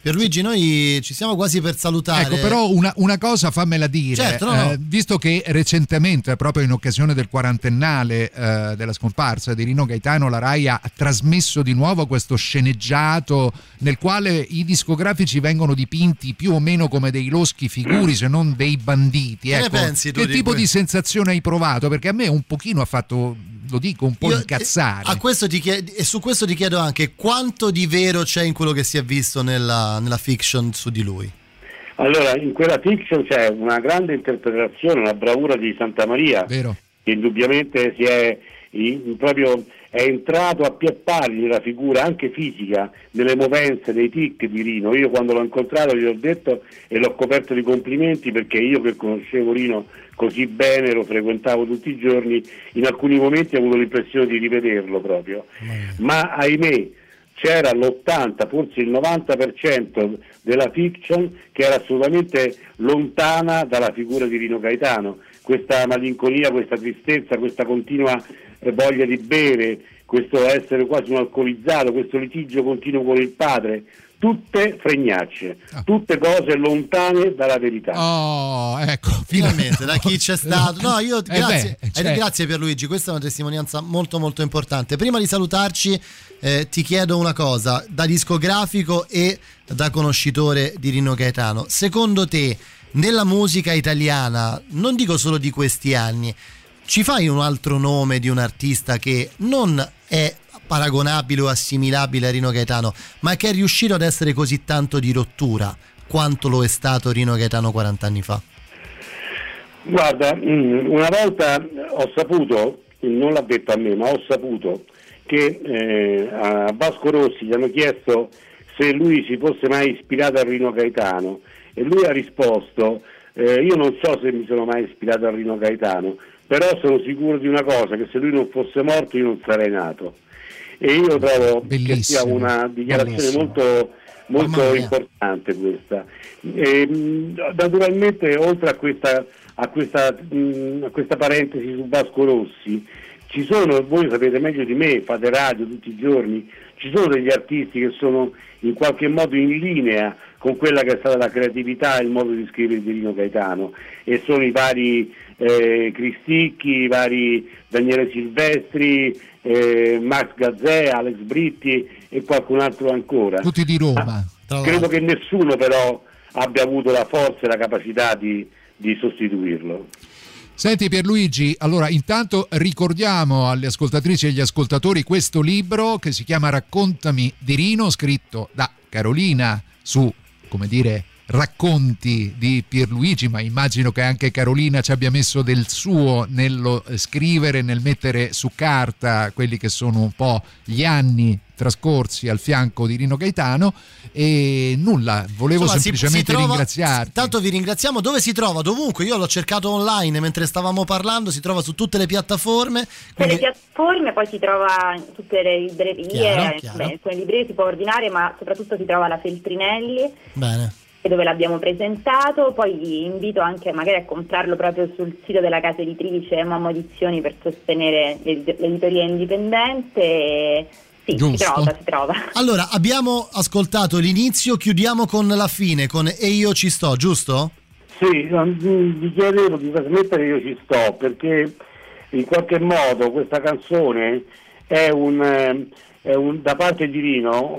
Pierluigi, noi ci siamo quasi per salutare. Ecco, però una cosa fammela dire. Certo, no. Visto che recentemente, proprio in occasione del quarantennale della scomparsa di Rino Gaetano, la Rai ha trasmesso di nuovo questo sceneggiato nel quale i discografici vengono dipinti più o meno come dei loschi figuri, se non dei banditi. Che ecco, ne pensi tu? Che tipo di sensazione hai provato? Perché a me un pochino ha fatto, lo dico, un po' incazzare. E su questo ti chiedo anche quanto di vero c'è in quello che si è visto nella fiction su di lui. Allora, in quella fiction c'è una grande interpretazione, una bravura di Santamaria, vero, che indubbiamente proprio è entrato a pie pari nella figura anche fisica, nelle movenze, nei tic di Rino. Io quando l'ho incontrato gli ho detto e l'ho coperto di complimenti, perché io che conoscevo Rino così bene, lo frequentavo tutti i giorni, in alcuni momenti ho avuto l'impressione di rivederlo proprio, ma ahimè c'era l'80, forse il 90% della fiction che era assolutamente lontana dalla figura di Rino Gaetano. Questa malinconia, questa tristezza, questa continua voglia di bere, questo essere quasi un alcolizzato, questo litigio continuo con il padre, tutte fregnacce, tutte cose lontane dalla verità. Oh, ecco, finalmente da chi c'è stato. No, io grazie, certo. Grazie Pierluigi, questa è una testimonianza molto molto importante. Prima di salutarci ti chiedo una cosa, da discografico e da conoscitore di Rino Gaetano, secondo te nella musica italiana, non dico solo di questi anni, ci fai un altro nome di un artista che non è paragonabile o assimilabile a Rino Gaetano, ma che è riuscito ad essere così tanto di rottura quanto lo è stato Rino Gaetano 40 anni fa? Guarda, una volta ho saputo, non l'ha detto a me, ma ho saputo che a Vasco Rossi gli hanno chiesto se lui si fosse mai ispirato a Rino Gaetano, e lui ha risposto io non so se mi sono mai ispirato a Rino Gaetano, però sono sicuro di una cosa, che se lui non fosse morto io non sarei nato. E io trovo bellissimo, che sia una dichiarazione molto importante questa. E, naturalmente, oltre a questa parentesi su Vasco Rossi, ci sono, voi sapete meglio di me, fate radio tutti i giorni, ci sono degli artisti che sono in qualche modo in linea con quella che è stata la creatività e il modo di scrivere di Rino Gaetano, e sono i vari Cristicchi, i vari Daniele Silvestri, Max Gazzè, Alex Britti e qualcun altro ancora. Tutti di Roma. Credo che nessuno però abbia avuto la forza e la capacità di sostituirlo. Senti Pierluigi, allora intanto ricordiamo alle ascoltatrici e agli ascoltatori questo libro che si chiama Raccontami di Rino, scritto da Carolina su, come dire, racconti di Pierluigi, ma immagino che anche Carolina ci abbia messo del suo nello scrivere, nel mettere su carta quelli che sono un po' gli anni trascorsi al fianco di Rino Gaetano. E nulla, volevo semplicemente ringraziarti. Tanto vi ringraziamo. Dove si trova? Dovunque, io l'ho cercato online mentre stavamo parlando, si trova su tutte le piattaforme. Quindi... le piattaforme, poi si trova in tutte le librerie, chiaro. Alcune librerie si può ordinare, ma soprattutto si trova alla Feltrinelli. Bene. Dove l'abbiamo presentato, poi vi invito anche magari a comprarlo proprio sul sito della casa editrice Momo Edizioni per sostenere l'editoria indipendente. Sì, giusto. si trova. Allora, abbiamo ascoltato l'inizio, chiudiamo con la fine, con E io ci sto, giusto? Sì, vi chiedevo di trasmettere Io ci sto, perché in qualche modo questa canzone è da parte di Rino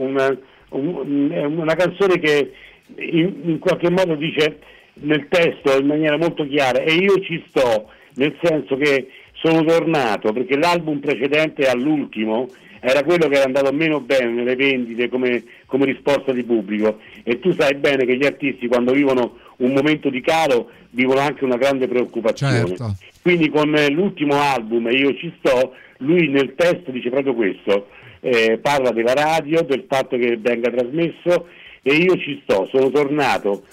una canzone che in qualche modo dice nel testo in maniera molto chiara: e io ci sto, nel senso che sono tornato, perché l'album precedente all'ultimo era quello che era andato meno bene nelle vendite come risposta di pubblico, e tu sai bene che gli artisti quando vivono un momento di calo vivono anche una grande preoccupazione. Certo. Quindi con l'ultimo album E io ci sto, lui nel testo dice proprio questo, parla della radio, del fatto che venga trasmesso, e io ci sto, sono tornato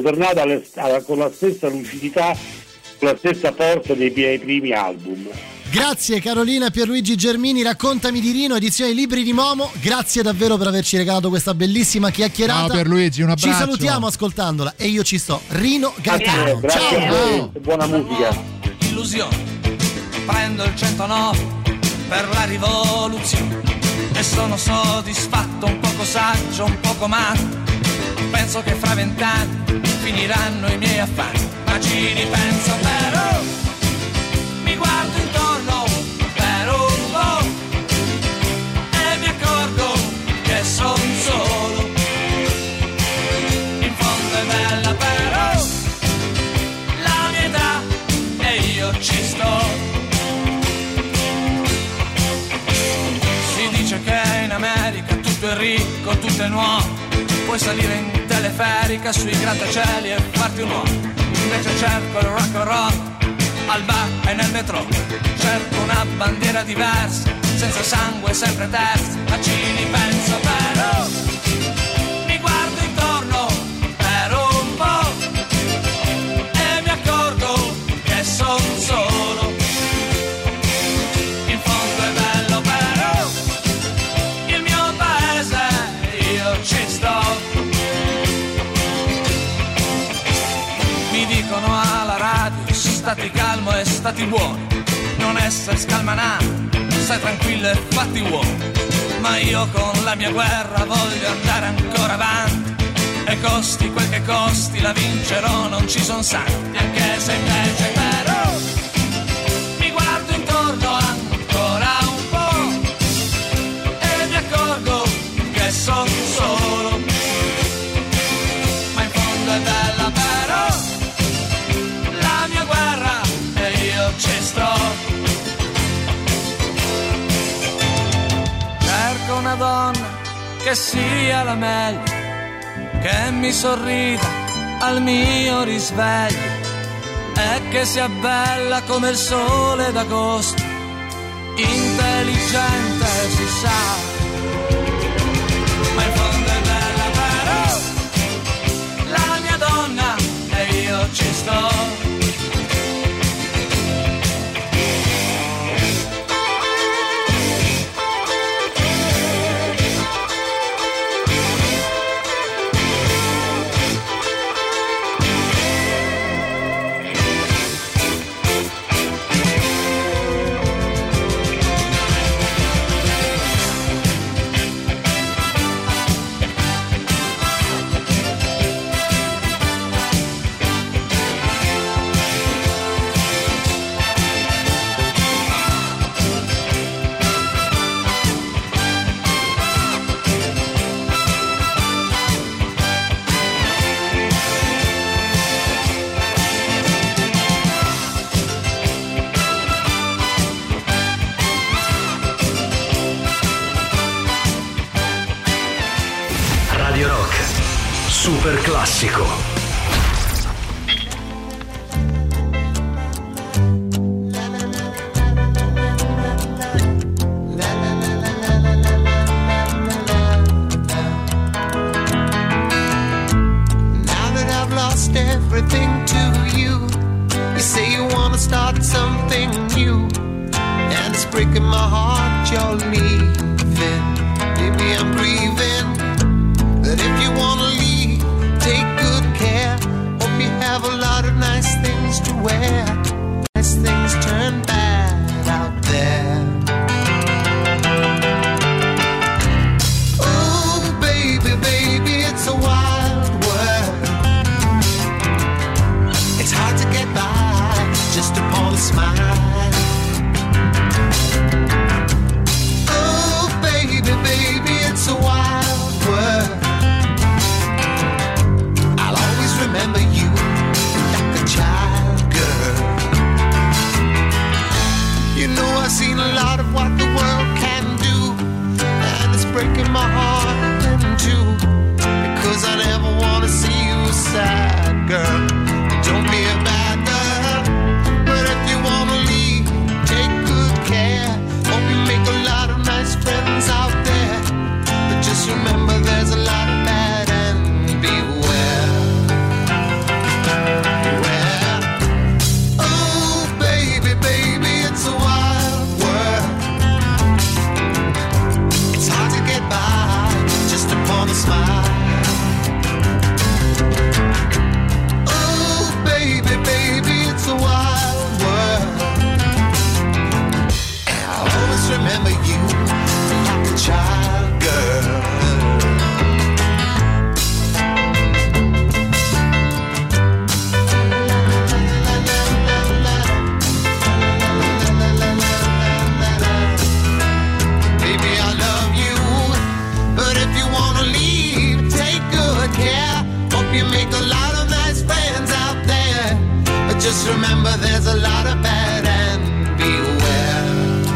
con la stessa lucidità, con la stessa forza dei miei primi album. Grazie Carolina, Pierluigi Germini, Raccontami di Rino, edizione Libri di Momo. Grazie davvero per averci regalato questa bellissima chiacchierata. Ciao Pierluigi, un abbraccio. Ci salutiamo ascoltandola E io ci sto, Rino Gaetano. Grazie ciao. a voi, buona musica. Illusione, prendo il 109 per la rivoluzione e sono soddisfatto, un poco saggio, un poco matto. penso che fra 20 anni finiranno i miei affanni, ma ci ripenso però, mi guardo intorno per un po' e mi accorgo che son solo, in fondo è bella però la mia età e io ci sto. Si dice che in America tutto è ricco, tutto è nuovo, puoi salire in teleferica sui grattacieli e farti un uomo. Invece cerco il rock and roll al bar e nel metro, cerco una bandiera diversa, senza sangue, sempre terza, ma ci ripenso però, mi guardo intorno per un po' e mi accorgo che son solo, in fondo è bello però il mio paese, io ci sto. Mi dicono alla radio, stati calmo e stati buono, non essere scalmanato, stai tranquillo e fatti uomo. Ma io con la mia guerra voglio andare ancora avanti, e costi quel che costi la vincerò, non ci son santi. Anche se invece però mi guardo intorno ancora un po' e mi accorgo che son solo, ma in fondo è bella però la mia guerra e io ci sto. Cerco una donna che sia la meglio, che mi sorrida al mio risveglio e che sia bella come il sole d'agosto, intelligente si sa, ma in fondo è bella però la mia donna e io ci sto. Super classico. Everything to you. You say you wanna start something new, and it's breaking my heart you're leaving. Maybe I'm grieving, but if you wanna leave, take good care. Hope you have a lot of nice things to wear. Nice things turn bad out there. Oh baby, baby, it's a wild world. It's hard to get by just upon a smile. Oh baby, baby, it's a wild world. I'll always remember you like a child, girl. You know I've seen a lot of what the world can do, and it's breaking my heart in two, because I never want to see you sad, girl. Don't be a bad girl, but if you wanna leave, Just remember there's a lot of bad and beware.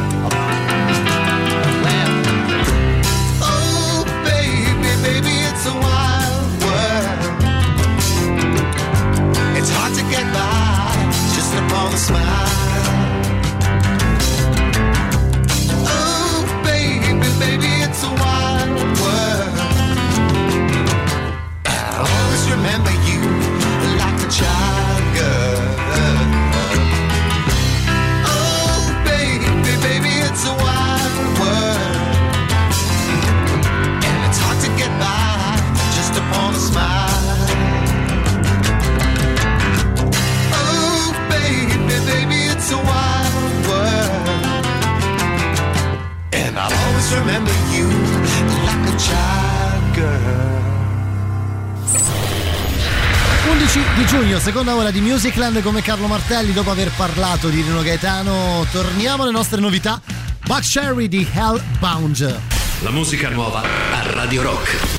Oh baby, baby, it's a wild world. It's hard to get by just upon a smile. Oh baby, baby, it's a wild world. I'll always remember you like a child girl. It's a wild world, and it's hard to get by just upon a smile. Oh, baby, baby, it's a wild world, and I'll always remember you like a child girl. 11 di giugno, seconda ora di Musicland come Carlo Martelli. Dopo aver parlato di Rino Gaetano, torniamo alle nostre novità. Buck Cherry di Hellbound. La musica nuova a Radio Rock.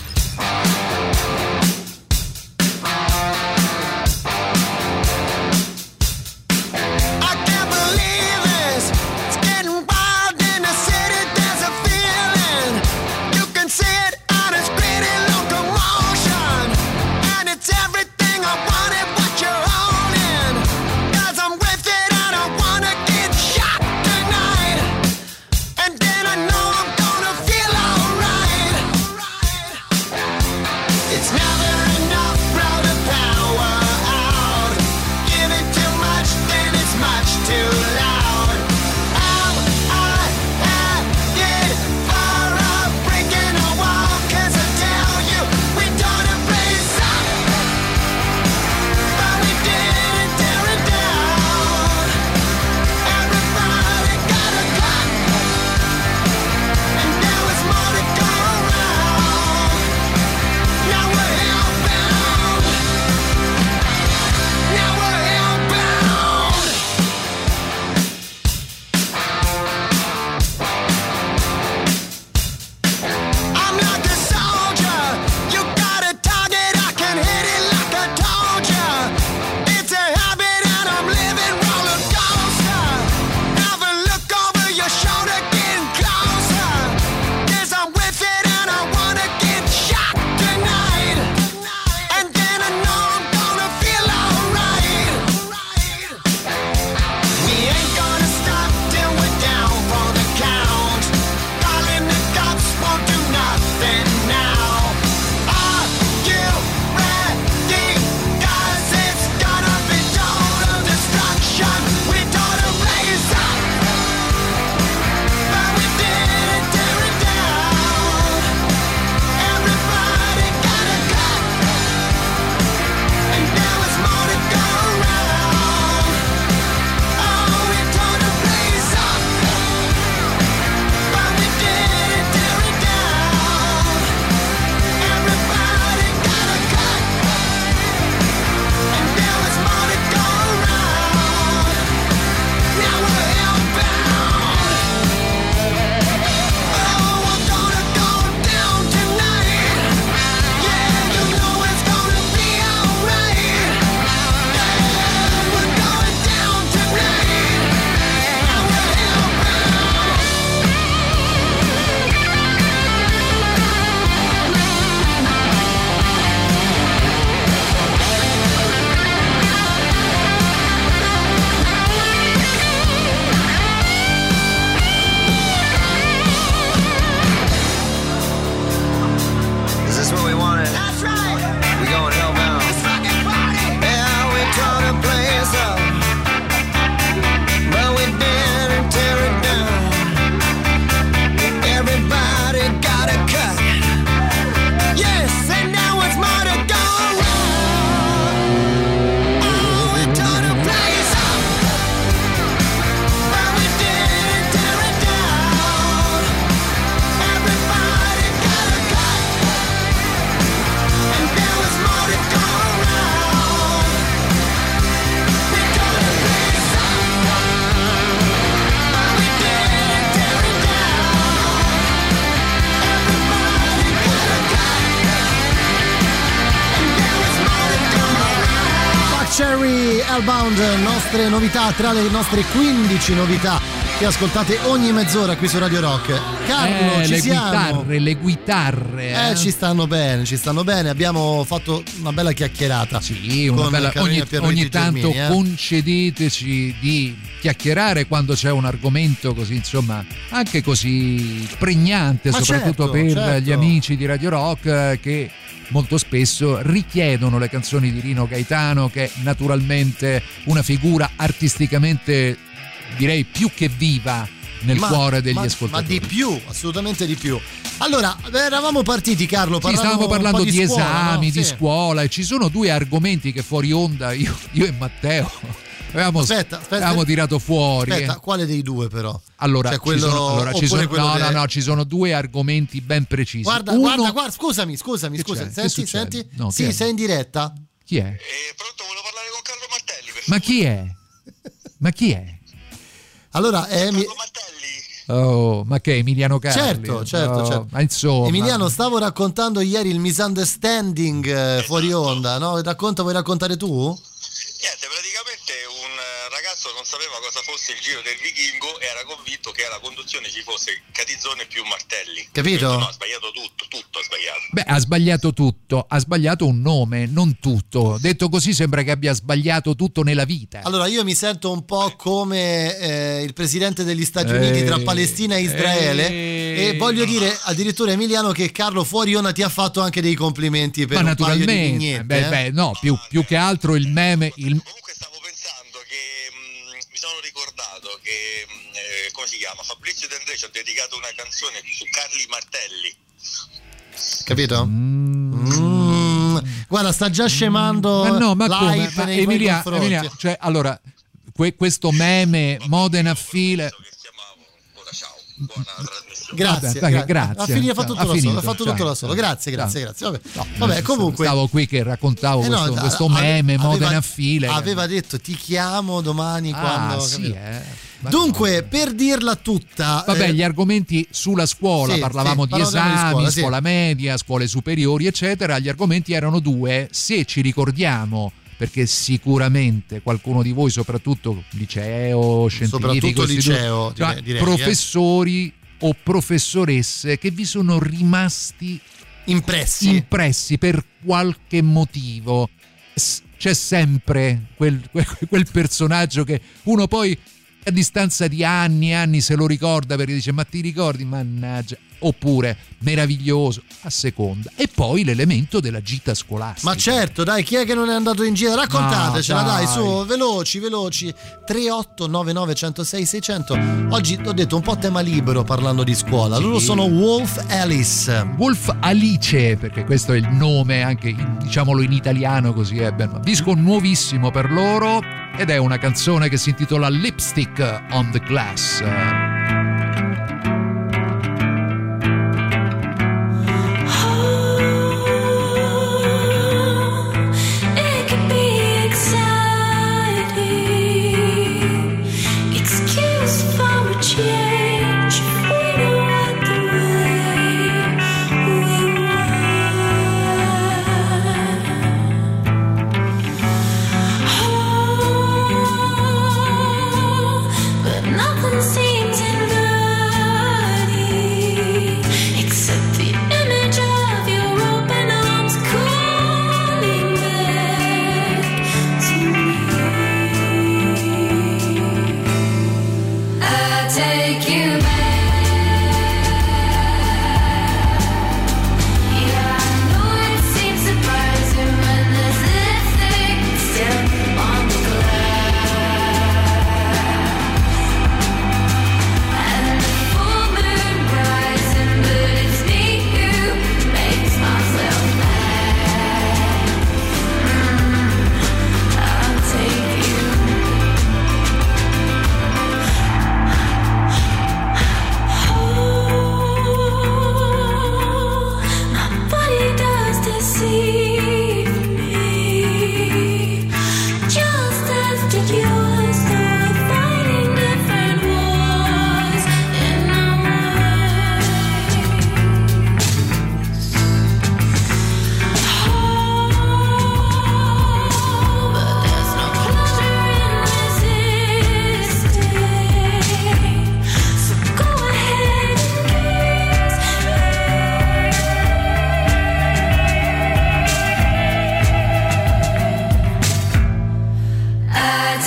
And then I know I'm gonna feel alright. Cherry Hellbound, nostre novità, tra le nostre 15 novità che ascoltate ogni mezz'ora qui su Radio Rock. Carlo, ci siamo? Le chitarre. Ci stanno bene. Abbiamo fatto una bella chiacchierata. Sì, una bella. Ogni tanto concedeteci di chiacchierare quando c'è un argomento così, insomma, anche così pregnante, soprattutto per gli amici di Radio Rock che molto spesso richiedono le canzoni di Rino Gaetano, che è naturalmente una figura artisticamente, direi, più che viva nel cuore degli ascoltatori. Ma di più, assolutamente di più. Allora, eravamo partiti, Carlo, stavamo parlando di scuola, esami, no? di scuola, e ci sono due argomenti che fuori onda io e Matteo avevamo tirato fuori. Aspetta, quale dei due però? Allora, ci sono due argomenti ben precisi. Guarda, scusami. Senti. No, sì, sei in diretta? Chi è? Pronto, volevo parlare con Carlo Martelli. Ma chi è? Allora, Carlo Martelli. Oh, ma che Emiliano Carli? Certo. Ma insomma, Emiliano, stavo raccontando ieri il misunderstanding fuori onda, no? Vuoi raccontare tu? Niente, praticamente un ragazzo non sapeva cosa fosse il Giro del Vichingo e era convinto che alla conduzione ci fosse Catizzone più Martelli. Capito? No, ha sbagliato tutto ha sbagliato. Beh, ha sbagliato tutto, ha sbagliato un nome, non tutto. Detto così sembra che abbia sbagliato tutto nella vita. Allora, io mi sento un po' come il presidente degli Stati Uniti tra Palestina e Israele e voglio dire addirittura, Emiliano, che Carlo fuori onda ti ha fatto anche dei complimenti per un paio di vignette. No, più che altro il meme. Comunque stavo pensando che mi sono ricordato che come si chiama? Fabrizio De André ci ha dedicato una canzone su Carli Martelli. Capito? Guarda, sta già scemando. Ma come? Ma Emilia, cioè, allora, questo meme Modena file. Grazie. Ha fatto tutto da solo. Grazie. Vabbè, comunque stavo qui che raccontavo questo meme Modena a file. Aveva detto ti chiamo domani quando. Sì, Dunque, per dirla tutta, vabbè, gli argomenti sulla scuola, parlavamo di esami, scuola media, scuole superiori, eccetera. Gli argomenti erano due. Se ci ricordiamo, perché sicuramente qualcuno di voi, soprattutto liceo, scientifico, liceo, direi, professori o professoresse che vi sono rimasti impressi per qualche motivo. C'è sempre quel personaggio che uno poi a distanza di anni e anni se lo ricorda, perché dice ma ti ricordi, mannaggia, oppure meraviglioso, a seconda. E poi l'elemento della gita scolastica. Ma certo, dai, chi è che non è andato in gita? Raccontatecela, dai, su, veloci 3899 106 600. Oggi ho detto un po' tema libero parlando di scuola. Loro sono Wolf Alice, perché questo è il nome anche, diciamolo in italiano, così è ben. Disco nuovissimo per loro ed è una canzone che si intitola Lipstick on the Glass. Nothing seems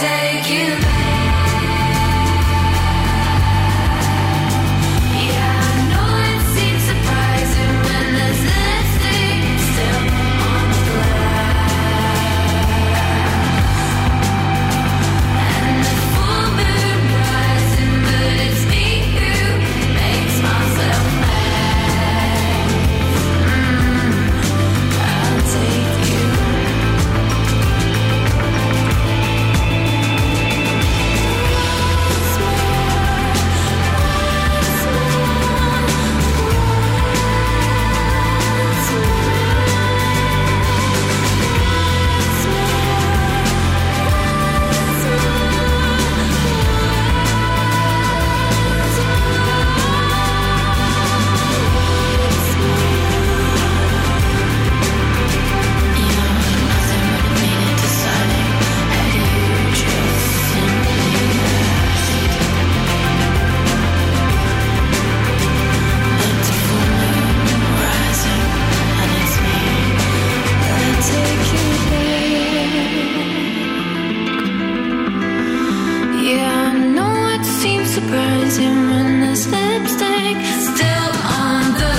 take you back. Yeah, I know it seems surprising when there's lipstick still on the glass, and the full moon rising, but it's me who makes myself mad. I'll take you. Yeah, I know it seems surprising when there's lipstick still on the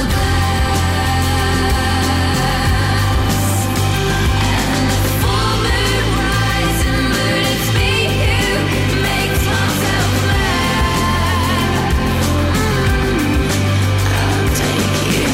glass, and the full moon rising, but it's me who makes myself mad. I'll take you.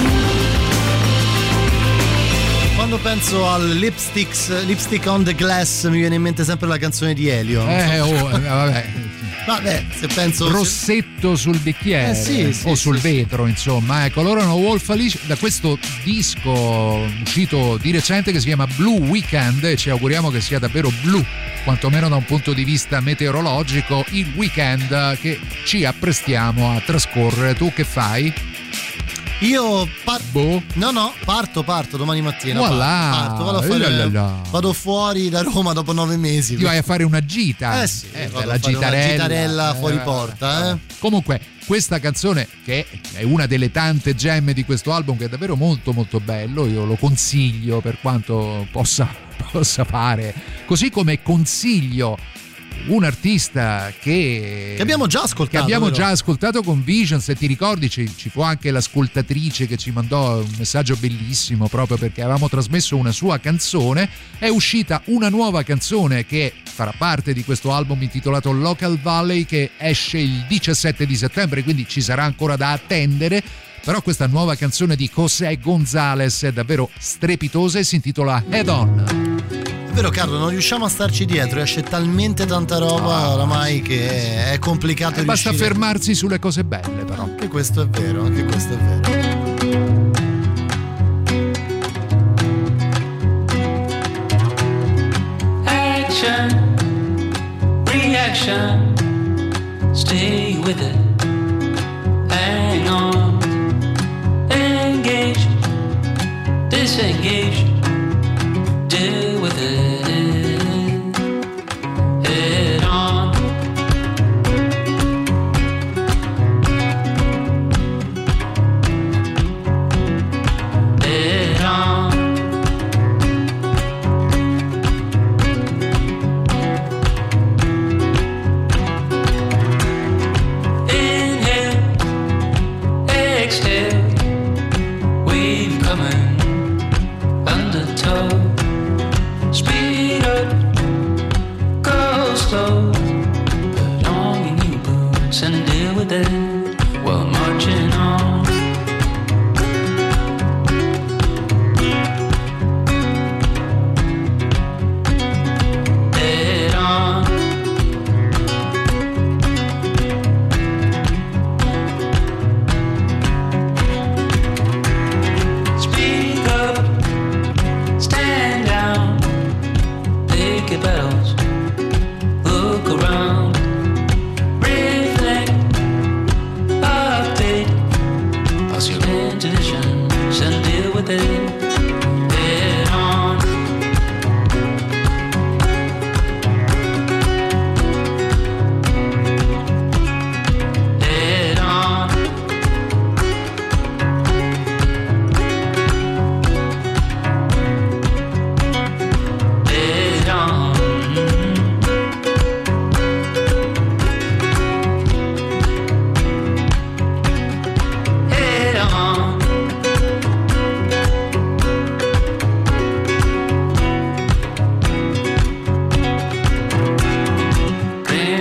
Quando penso al Lipstick on the Glass mi viene in mente sempre la canzone di Elio. Vabbè, se penso rossetto sul bicchiere sì, o sul vetro, insomma. Ecco, loro erano Wolf Alice da questo disco uscito di recente che si chiama Blue Weekend, e ci auguriamo che sia davvero blu, quantomeno da un punto di vista meteorologico, il weekend che ci apprestiamo a trascorrere. Tu che fai? Io parto domani mattina. Voilà. Vado fuori da Roma dopo 9 mesi. Ti vai a fare una gita? Sì, la gitarella fuori porta. Comunque, questa canzone, che è una delle tante gemme di questo album, che è davvero molto molto bello, io lo consiglio per quanto possa fare, così come consiglio un artista che abbiamo già ascoltato con Vision. Se ti ricordi, ci fu anche l'ascoltatrice che ci mandò un messaggio bellissimo proprio perché avevamo trasmesso una sua canzone. È uscita una nuova canzone che farà parte di questo album intitolato Local Valley, che esce il 17 di settembre, quindi ci sarà ancora da attendere. Però questa nuova canzone di José González è davvero strepitosa e si intitola Head On. È vero, Carlo, non riusciamo a starci dietro, esce talmente tanta roba oramai che è complicato basta fermarsi sulle cose belle, però. Anche questo è vero. Action, reaction, stay with it, hang on, engage, disengage, deal with it. Head on. Head on. Inhale, exhale, wave coming, undertow. Speed up, go slow, put on your new boots and deal with it while marching on. Head on. Speak up, stand down, pick your battles, look around, reflect, update, pass your intuitions and deal with it. Head on. Head on. Head on.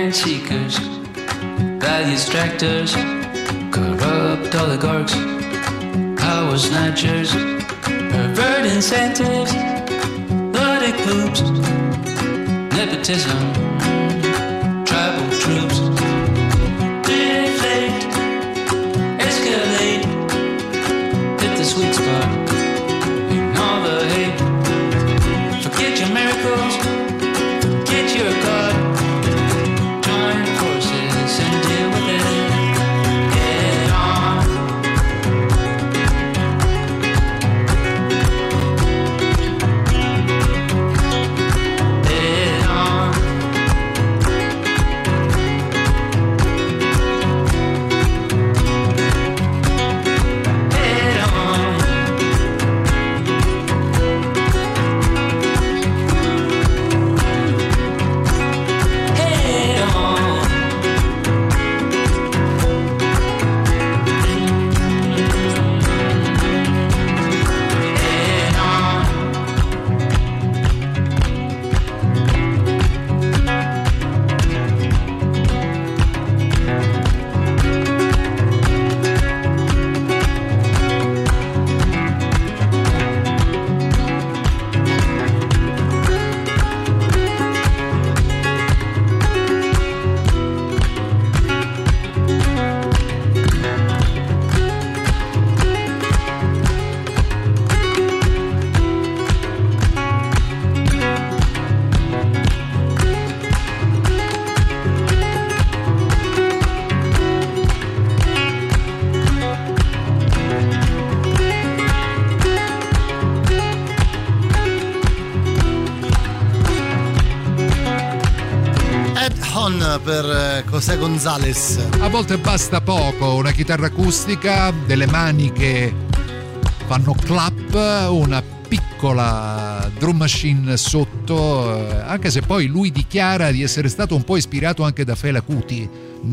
rent seekers, value extractors, corrupt oligarchs, power snatchers, pervert incentives, ludic loops, nepotism, tribal troops, deflate, escalate, hit the sweet spot, ignore the hate, forget your miracles, forget your God, join forces and deal with it. Get on. Head on. Head on. Head on. Head on. Ed Hon per José González. A volte basta poco, una chitarra acustica, delle mani che fanno clap, una piccola drum machine sotto, anche se poi lui dichiara di essere stato un po' ispirato anche da Fela Kuti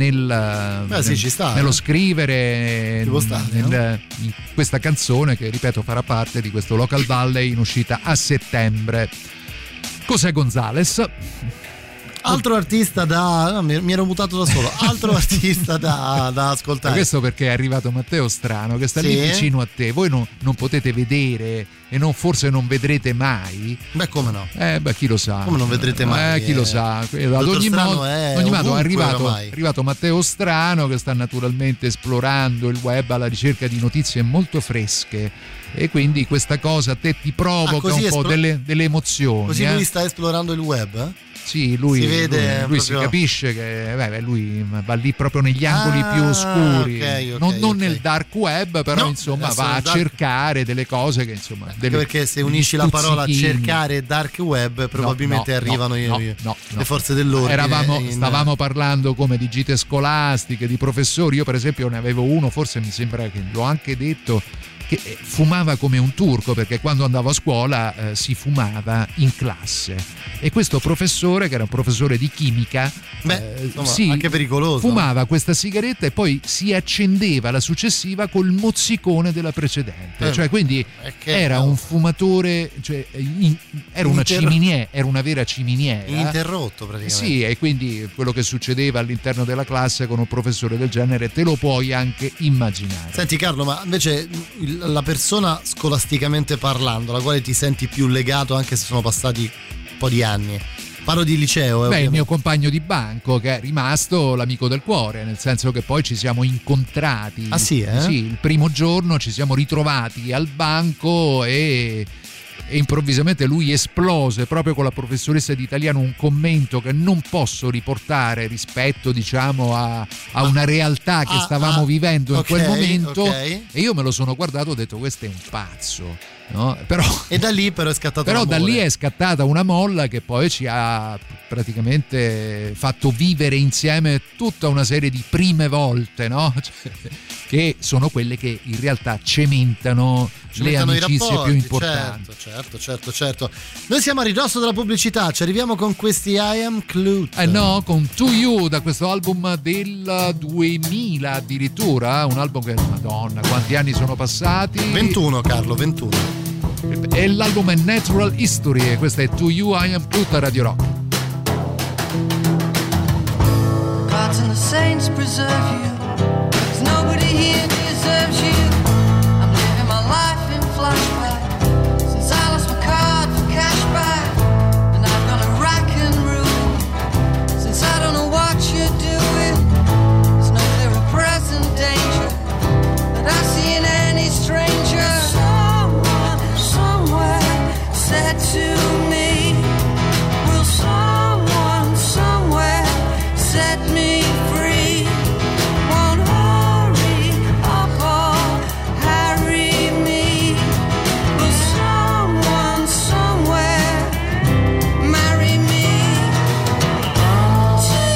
Sì, ci sta, nello scrivere Ci può stare, in questa canzone che, ripeto, farà parte di questo Local Valley in uscita a settembre. José González. Altro artista mi ero mutato da solo. Altro artista da ascoltare. Questo perché è arrivato Matteo Strano, che sta lì vicino a te. Voi non potete vedere e forse non vedrete mai. Beh, come no? Chi lo sa? Come non vedrete mai? Chi lo sa? Ad ogni modo è arrivato Matteo Strano, che sta naturalmente esplorando il web alla ricerca di notizie molto fresche. E quindi questa cosa a te ti provoca un po' delle emozioni. Così lui sta esplorando il web? Sì, lui si capisce che lui va lì proprio negli angoli più oscuri, non nel dark web, però insomma va a cercare delle cose che insomma perché se unisci la parola cercare e dark web probabilmente arrivano le forze dell'ordine. Stavamo parlando come di gite scolastiche, di professori. Io per esempio ne avevo uno, forse mi sembra che l'ho anche detto, che fumava come un turco, perché quando andavo a scuola si fumava in classe, e questo professore, che era un professore di chimica, anche pericoloso, fumava questa sigaretta e poi si accendeva la successiva col mozzicone della precedente, cioè quindi era un fumatore, era una ciminiera, era una vera ciminiera, ininterrotto praticamente. Sì, e quindi quello che succedeva all'interno della classe con un professore del genere te lo puoi anche immaginare. Senti Carlo, ma invece la persona scolasticamente parlando, alla quale ti senti più legato anche se sono passati un po' di anni? Parlo di liceo. Il mio compagno di banco, che è rimasto l'amico del cuore, nel senso che poi ci siamo incontrati. Ah sì, Sì, il primo giorno ci siamo ritrovati al banco e improvvisamente lui esplose proprio con la professoressa di italiano un commento che non posso riportare rispetto, diciamo, a una realtà che stavamo vivendo in quel momento, e io me lo sono guardato e ho detto: questo è un pazzo. No? E da lì però è scattata però da lì è scattata una molla che poi ci ha praticamente fatto vivere insieme tutta una serie di prime volte, no? Che sono quelle che in realtà cementano le amicizie più importanti. Certo. Noi siamo a ridosso della pubblicità, ci arriviamo con questi I Am Clute. No, con To You, da questo album del 2000 addirittura, un album che, madonna, quanti anni sono passati? 21 Carlo, 21. E l'album è Natural History, e questa è To You, I Am Clute a Radio Rock. saints preserve you, 'cause nobody here deserves you. I'm living my life in flashback, since I lost my card for cashback, and I've gone to rack and ruin, since I don't know what you're doing. There's no clearer present danger that I see in any stranger. Someone, somewhere said to me, will someone, somewhere set me free? Won't hurry up or harry me. Will someone, somewhere marry me? To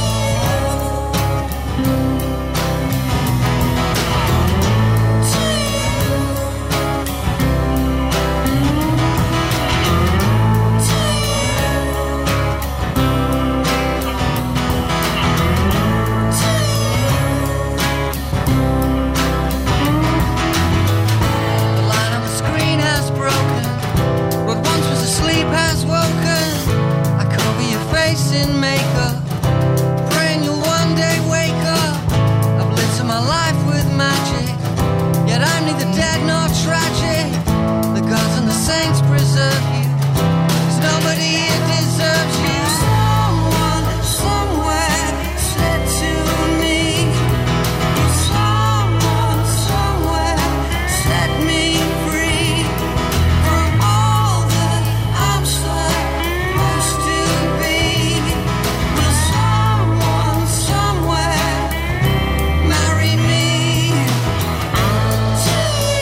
the line on the screen has broken. What once was asleep has woken. I cover your face in makeup, praying you'll one day wake up. I've lived my life with magic, yet I'm neither dead nor tragic. The gods and the saints preserve you, 'cause nobody here deserves you. Someone, somewhere said to me, someone, somewhere set me free from all that I'm supposed to be. Will someone, somewhere marry me? To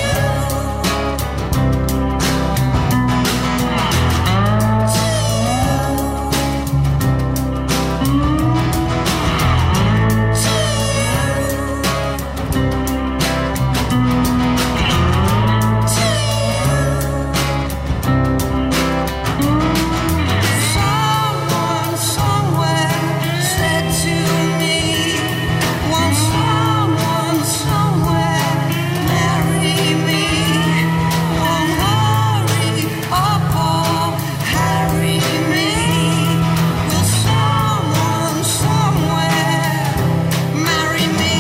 someone, somewhere said to me, won't someone, somewhere marry me? Won't hurry up or harry me? Will someone, somewhere marry me?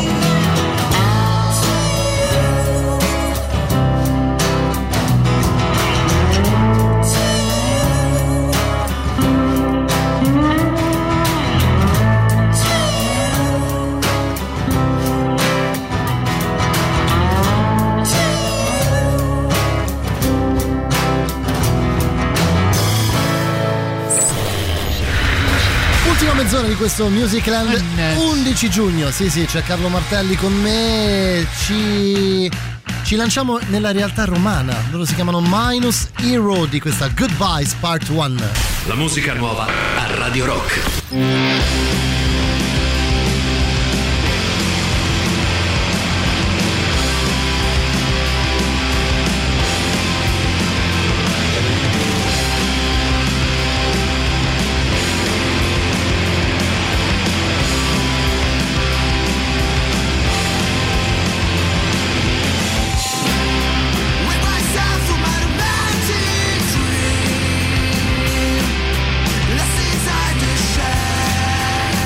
Ultima mezz'ora di questo Musicland, 11 giugno. Sì, c'è Carlo Martelli con me. Ci lanciamo nella realtà romana. Loro si chiamano Minus Hero, di questa Goodbyes Part 1. La musica nuova a Radio Rock. With myself from my romantic dream, lessons I to share.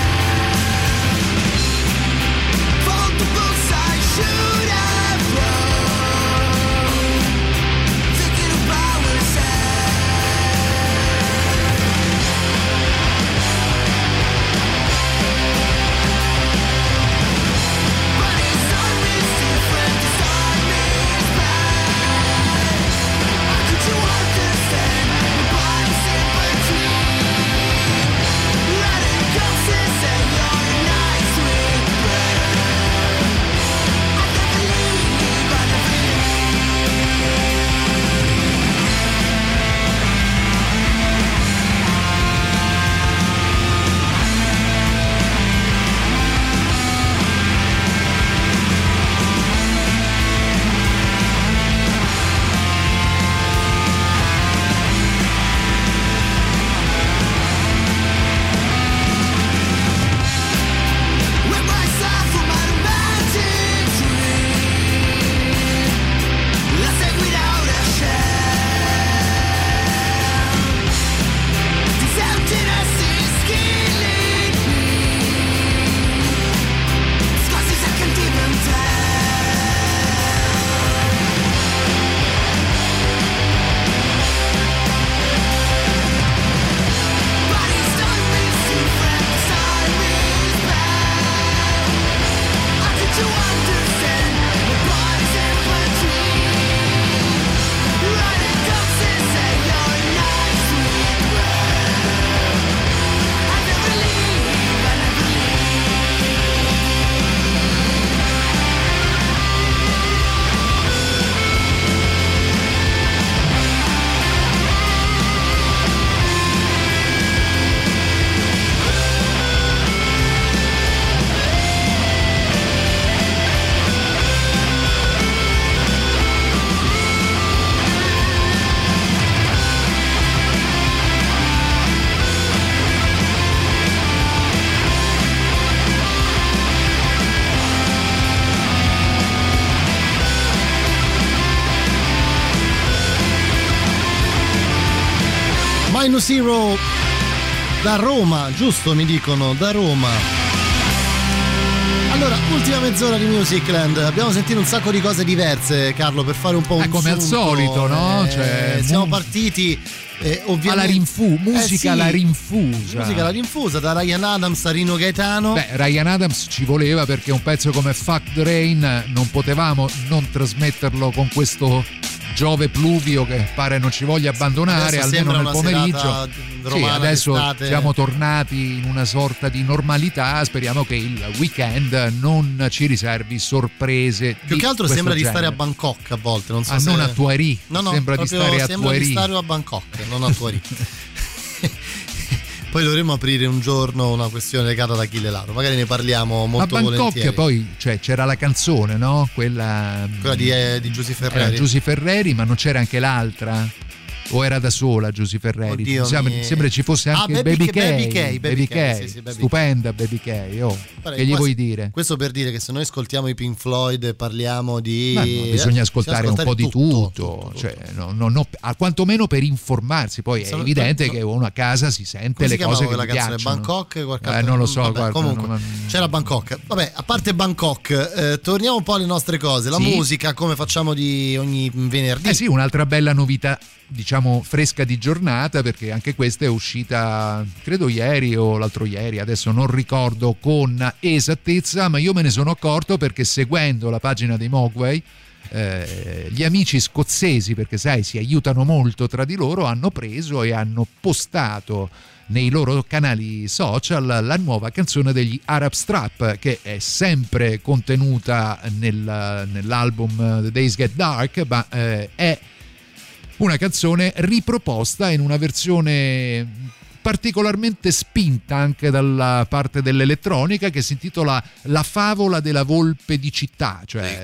Minus Zero da Roma, giusto mi dicono, da Roma. Allora, ultima mezz'ora di Musicland, abbiamo sentito un sacco di cose diverse, Carlo, per fare un po' un come al solito, no? Siamo partiti ovviamente alla musica alla rinfusa. Musica alla rinfusa, da Ryan Adams a Rino Gaetano. Beh, Ryan Adams ci voleva, perché un pezzo come Fuck the Rain non potevamo non trasmetterlo con questo Giove pluvio che pare non ci voglia abbandonare, almeno nel pomeriggio. Sì, adesso siamo tornati in una sorta di normalità, speriamo che il weekend non ci riservi sorprese. Più che altro sembra genere. Di stare a Bangkok a volte, non so se... non a Tuari. No, sembra di stare a Tuari. Di stare a Bangkok, non a Tuari. Poi dovremmo aprire un giorno una questione legata ad Achille Lauro, magari ne parliamo molto volentieri. A Bangkok poi c'era la canzone, no? Quella di Giusy Ferreri. Era Giusy Ferreri, ma non c'era anche l'altra? O era da sola Giusy Ferreri? Oddio, sembra ci fosse anche Baby K. Sì, Stupenda Baby K. Che gli vuoi dire? Questo per dire che se noi ascoltiamo i Pink Floyd e parliamo di... bisogna ascoltare un po' di tutto. Cioè, quantomeno per informarsi. Poi è evidente che uno a casa si sente le cose che gli piacciono. Bangkok? Non lo so. Vabbè, comunque c'era Bangkok. Vabbè, a parte Bangkok, torniamo un po' alle nostre cose. La musica, come facciamo di ogni venerdì. Sì, un'altra bella novità, diciamo fresca di giornata, perché anche questa è uscita credo ieri o l'altro ieri, adesso non ricordo con esattezza, ma io me ne sono accorto perché seguendo la pagina dei Mogwai gli amici scozzesi, perché sai si aiutano molto tra di loro, hanno preso e hanno postato nei loro canali social la nuova canzone degli Arab Strap, che è sempre contenuta nell'album The Days Get Dark, ma è una canzone riproposta in una versione particolarmente spinta anche dalla parte dell'elettronica, che si intitola La favola della volpe di città, cioè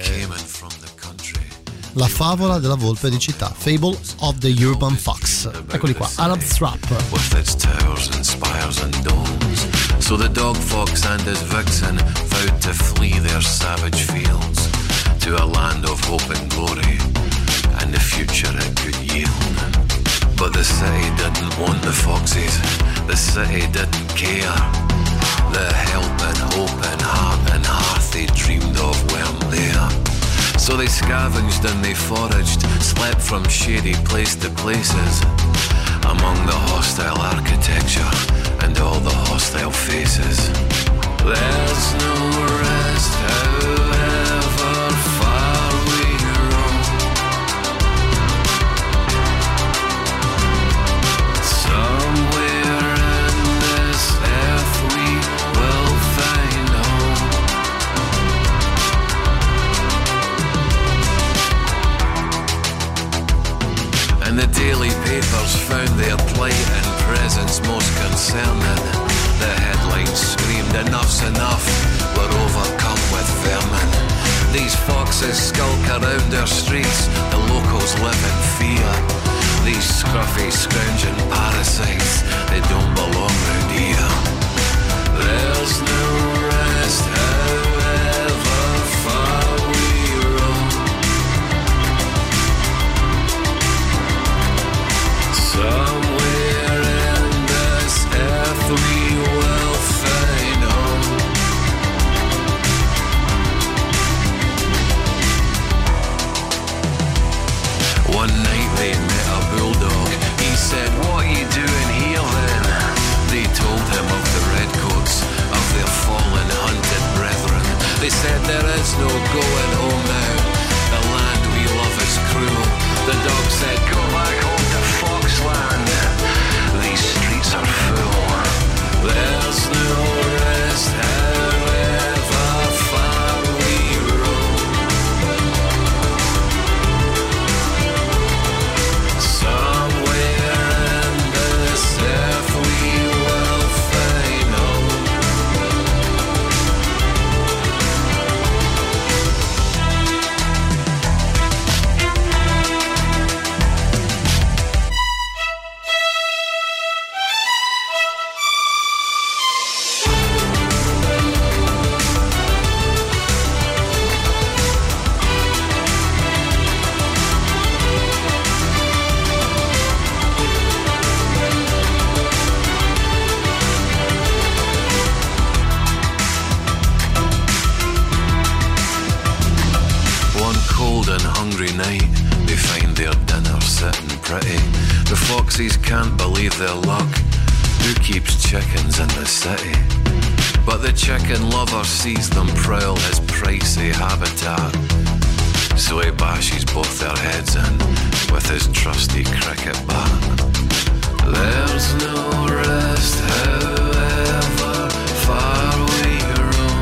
La favola della volpe di città, Fable of the Urban Fox. Eccoli qua, Arab Strap. With its towers and spires and domes. So the dog fox and his vixen vowed to flee their savage fields to a land of hope and glory and the future it could yield. But the city didn't want the foxes, the city didn't care. The help and hope and heart and hearth they dreamed of weren't there. So they scavenged and they foraged, slept from shady place to places, among the hostile architecture and all the hostile faces. There's no rest, however far we roam. Somewhere in this earth we will find home. And the daily papers found their plight and presence most concerning. The headlines screamed, enough's enough, we're overcome with vermin. These foxes skulk around our streets, the locals live in fear. These scruffy, scrounging parasites, they don't belong round here. There's no rest, however far we roam. Somewhere in this earth we will find home. One night they met a bulldog. He said, "What are you doing here then?" They told him of the redcoats, of their fallen hunted brethren. They said, "There is no going home now. The land we love is cruel." The dog said, "Go back home to Foxland. These streets are full. There's no rest, however far we roam. Somewhere in this earth we will find home." taxis can't believe their luck. Who keeps chickens in the city? But the chicken lover sees them prowl his pricey habitat. So he bashes both their heads in with his trusty cricket bat. There's no rest, however far we roam.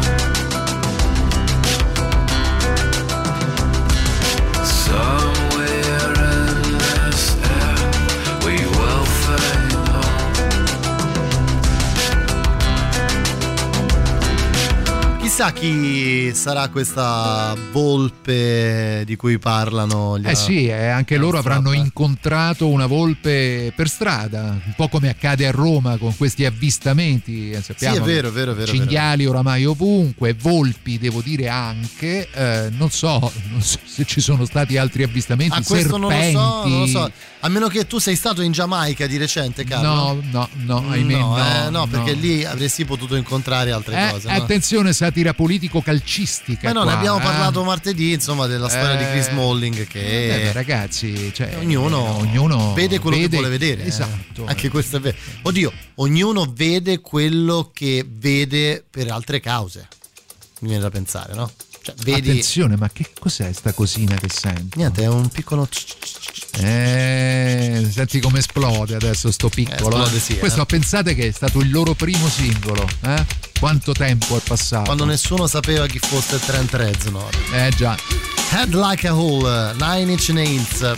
Somewhere in this earth we will find home. Chissà chi sarà questa volpe di cui parlano gli sì, anche loro avranno incontrato una volpe per strada, un po' come accade a Roma con questi avvistamenti, sappiamo. Sì, è vero. Cinghiali oramai ovunque, volpi devo dire anche, non so se ci sono stati altri avvistamenti, questo serpenti. Non lo so. A meno che tu sei stato in Giamaica di recente, Carlo. No, ahimè no, perché lì avresti potuto incontrare altre cose. No? Attenzione, satira politico-calcistica. Ne abbiamo parlato martedì, insomma, della storia di Chris Smalling che ragazzi, cioè, ognuno vede quello che vuole vedere. Esatto. Anche questo è vero. Oddio, ognuno vede quello che vede per altre cause. Mi viene da pensare, no? Cioè, vedi... Attenzione, ma che cos'è sta cosina che senti? Niente, è un piccolo... Senti come esplode adesso sto piccolo. Esplode, sì, questo pensate che è stato il loro primo singolo, Quanto tempo è passato? Quando nessuno sapeva chi fosse Trent Reznor. Già. Head Like a Hole, Nine Inch Nails.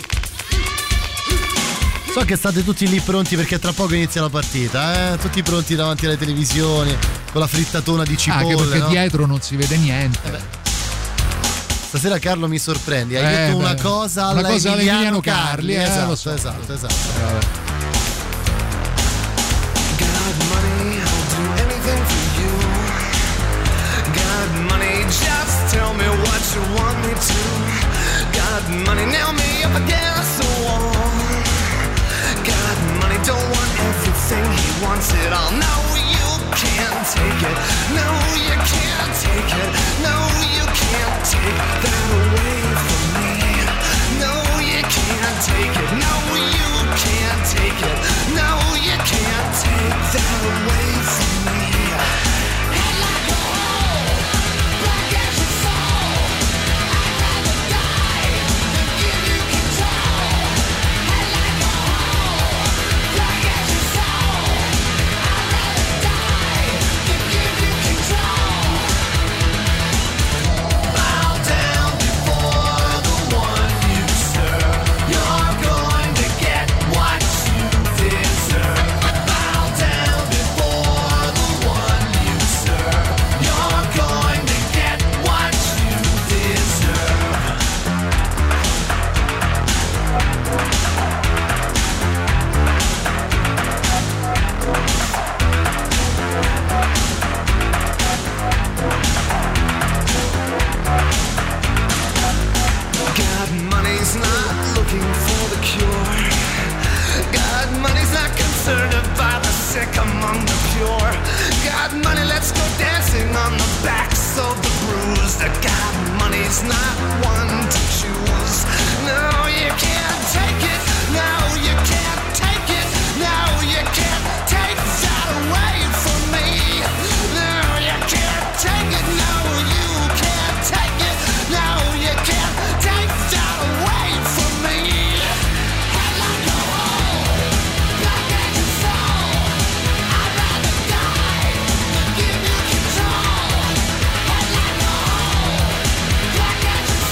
So che state tutti lì pronti perché tra poco inizia la partita, Tutti pronti davanti alle televisioni con la frittatona di cipolle. Anche perché no? Dietro non si vede niente. Stasera Carlo mi sorprendi, hai detto una cosa all'Emiliano Carli. Esatto. Got money, I'll do anything for you. Got money, just tell me what you want me to. Got money, nail me up against the wall. Got money, don't want everything, he wants it all. No, you can't take it. No, you can't take it. No, you can't take that away from me. No, you can't take it. No, you can't take it. No, you can't take that away from me. Head like a hole, black as your soul. I'd rather die than give you control. Head like a hole, black as your soul. I'd rather die than give you control. Bow down before the one you serve. You're going to get what you deserve. Bow down before the one you serve. You're going to get what you deserve. God money's not looking for the cure. God money's not concerned about the sick among the pure. God money, let's go dancing on the backs of the bruised. God money's not one to choose. No, you can't take it. No, you can't take it. No, you can't take that away from me. No, you can't take it. No, you can't take it. No, you can't take that away from me. Head like a hole, black as your soul. I'd rather die than give you control. Head like a hole, black as your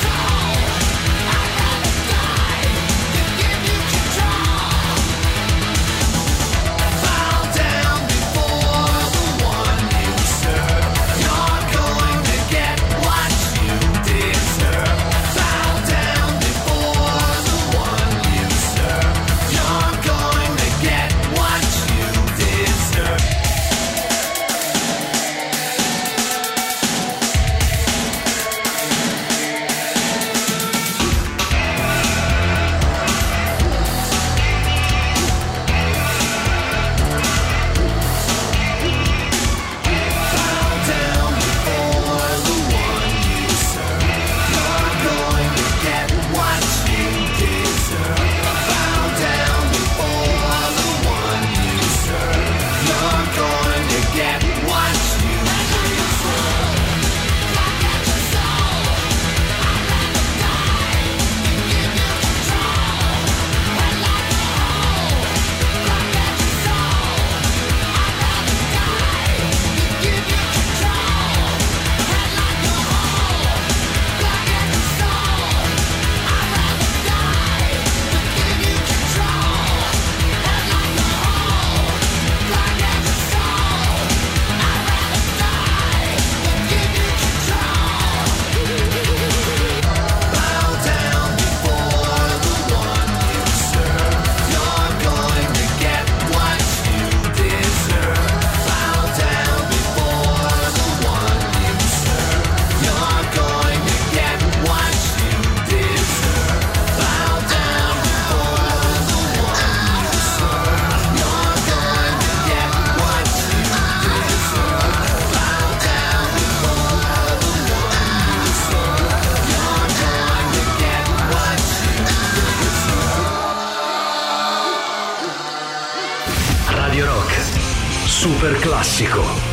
super classico.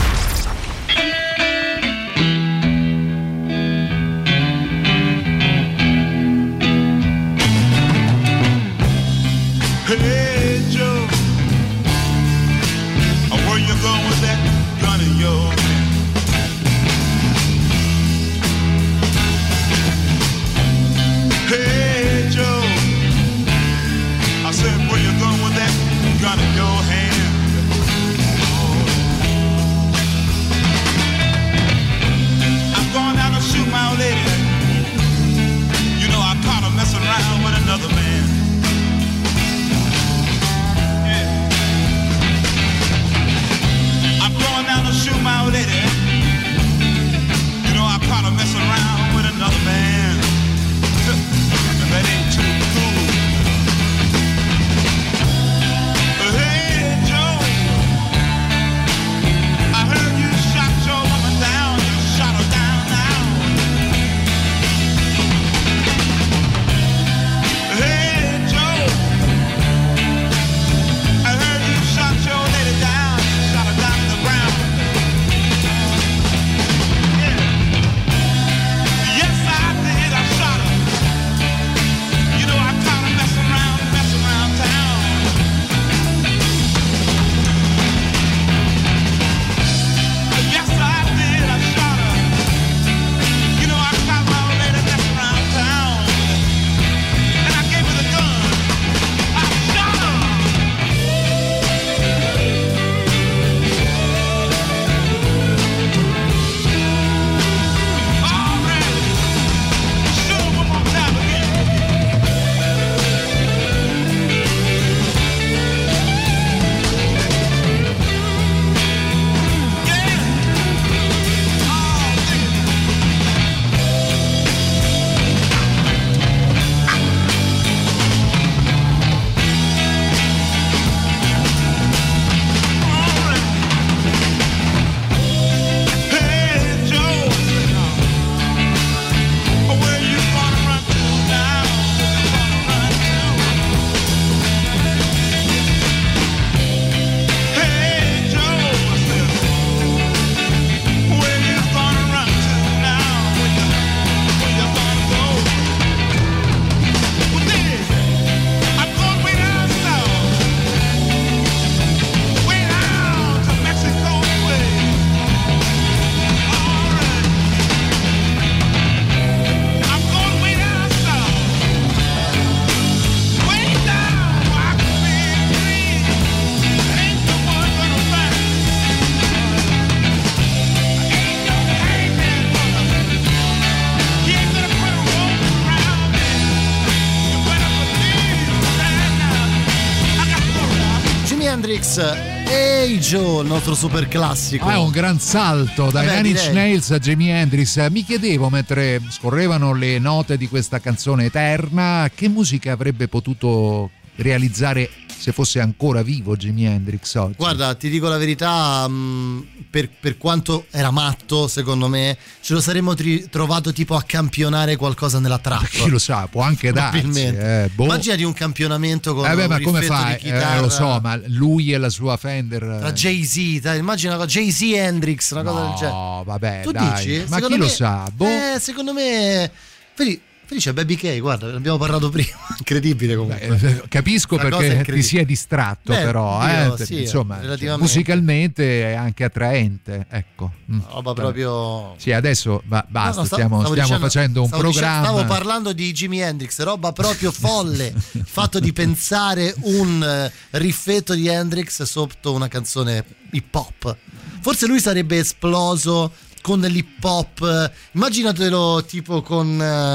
Hey Joe, where you going with that gun of yours? Hey Joe, I said where you going with that gun in your hand? I'm going out to shoot my old lady. You know I caught her messing around with another man. Shoot my old lady. You know I caught her messing around with another man. And that ain't too cool. Hey Joe, I heard you shot your woman down. You shot her down now. Hey Joe, I heard you shot your lady down. You shot her down to the ground. Hey Joe, il nostro super classico. È un gran salto dai Nine Inch Nails a Jimi Hendrix. Mi chiedevo, mentre scorrevano le note di questa canzone eterna, che musica avrebbe potuto realizzare se fosse ancora vivo Jimi Hendrix oggi. Guarda, ti dico la verità, per quanto era matto, secondo me ce lo saremmo trovato tipo a campionare qualcosa nella trap. Chi lo sa, può anche darsi. Immaginati un campionamento con un ma come fai? Di chitarra, lo so, ma lui e la sua Fender. Tra Jay-Z, immagina Jay-Z e Hendrix, una cosa del genere. No, vabbè, tu dai. Dici? Ma chi lo sa? Secondo me. Vedi, c'è Baby K, guarda, ne abbiamo parlato prima. Incredibile comunque. Capisco perché ti si è distratto, però sì, insomma, musicalmente è anche attraente, ecco. Roba proprio. Sì, adesso basta, stiamo facendo un programma. Stavo parlando di Jimi Hendrix, roba proprio folle. Il fatto di pensare un riffetto di Hendrix sotto una canzone hip hop. Forse lui sarebbe esploso con l'hip hop, immaginatelo tipo con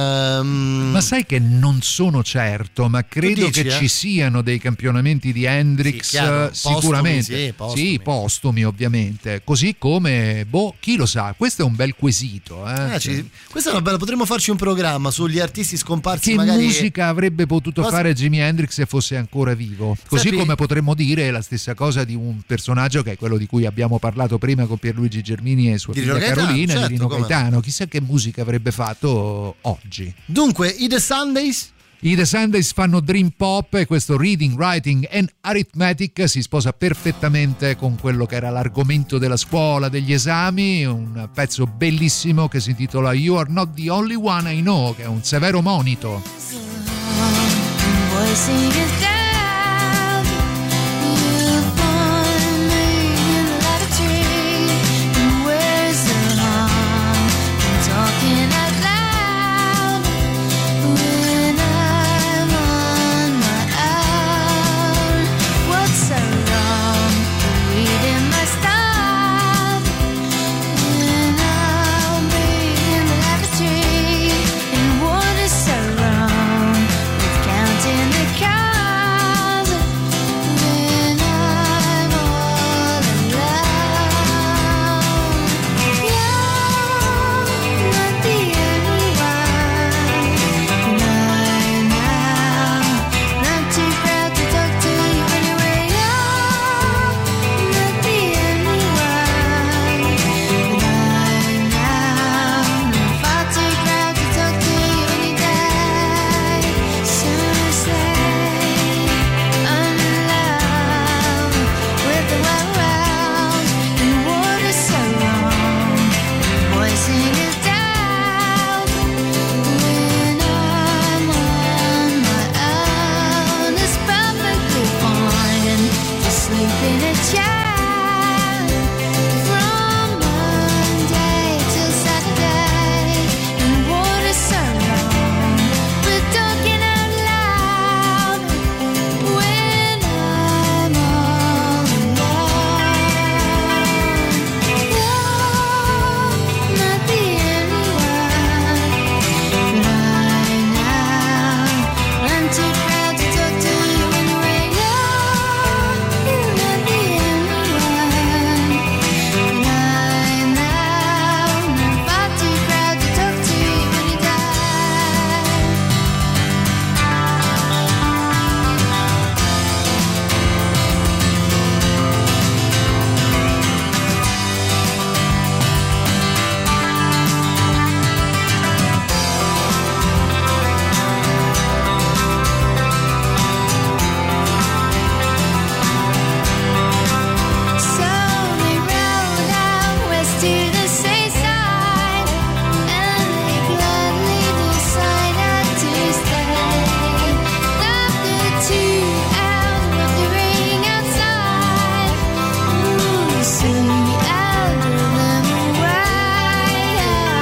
ma sai che non sono certo, ma credo che ci siano dei campionamenti di Hendrix, sì, chiaro, sicuramente postumi ovviamente, così come chi lo sa, questo è un bel quesito, questa è una bella, potremmo farci un programma sugli artisti scomparsi. Che magari musica avrebbe potuto fare Jimi Hendrix se fosse ancora vivo, così come potremmo dire la stessa cosa di un personaggio che è quello di cui abbiamo parlato prima con Pierluigi Germini e sua figlia Carolina, di Rino Gaetano. Chissà che musica avrebbe fatto oggi. Dunque, i The Sundays I The Sundays fanno dream pop e questo Reading, Writing and Arithmetic si sposa perfettamente con quello che era l'argomento della scuola, degli esami, un pezzo bellissimo che si intitola You Are Not the Only One I Know, che è un severo monito. Voicing it down, you find me in the lavatory, and where's the harm in talking out loud when I'm on my own? What's so wrong with reading my stuff when I'll be in the lavatory? And what is so wrong with counting the cars when I'm all alone? You're not the only one. No, no, I'm too proud to talk to you anyway. You're not the only one. No, no, I'm far too proud to talk to you any day. Some say I'm in love with the world, and what is so wrong with voicing it down when I'm on my own? It's perfectly fine to sleep in a chair from Monday till Saturday. And what is so wrong with talking out loud when I'm all alone? You're not the only one, but I know I'm too proud to talk to you anyway. You're not the only one, but I know I'm far too proud to talk to you any day. So we rode out west to the seaside, and they gladly decided to stay. After 2 hours with the rain outside, we see out of them away.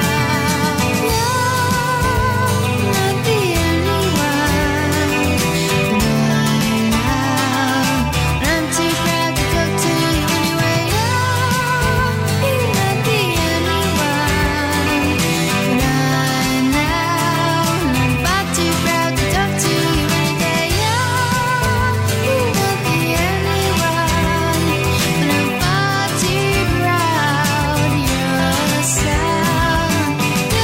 You're not the only one, but I know I'm too proud to talk to you anyway. You're not the only one, but I know I'm far too proud to talk to you any day. You're not the only one, but I'm far too proud. You're a sound.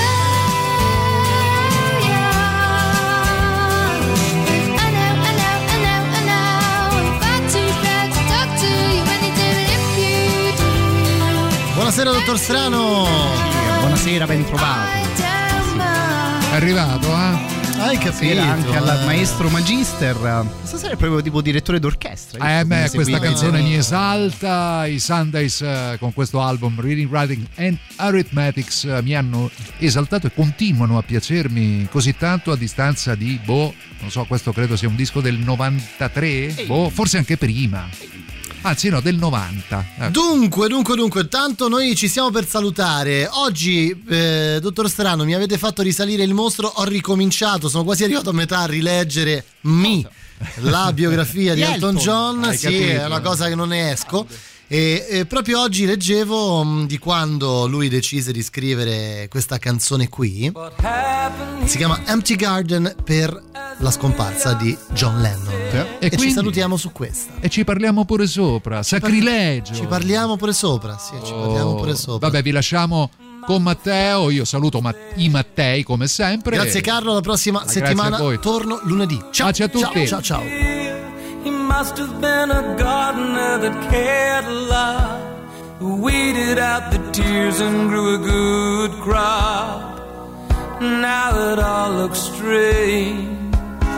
I know, I'm far too proud to talk to you any day. But if you do, Buonasera dottor Strano. Buonasera, ben trovati. È arrivato, eh? Hai capito? Era anche al maestro Magister. Stasera è proprio tipo direttore d'orchestra. Questa canzone mi esalta. I Sundays con questo album Reading, Writing and Arithmetics mi hanno esaltato e continuano a piacermi così tanto a distanza di, non so, questo credo sia un disco del 93, forse anche prima. Anzi no, del 90. Dunque, tanto noi ci stiamo per salutare. Oggi, dottor Strano, mi avete fatto risalire il mostro, ho ricominciato, sono quasi arrivato a metà a rileggere la biografia di Elton John. Sì, è una cosa che non ne esco. E proprio oggi leggevo di quando lui decise di scrivere questa canzone qui. Si chiama Empty Garden per la scomparsa di John Lennon. E ci salutiamo su questa. E ci parliamo pure sopra. Sacrilegio. Ci parliamo pure sopra. Sì, ci parliamo pure sopra. Vabbè, vi lasciamo con Matteo. Io saluto i Mattei come sempre. Grazie Carlo, la prossima settimana torno lunedì. Ciao. Ciao a tutti. Ciao. He must have been a gardener that cared a lot, who weeded out the tears and grew a good crop. Now it all looks strange.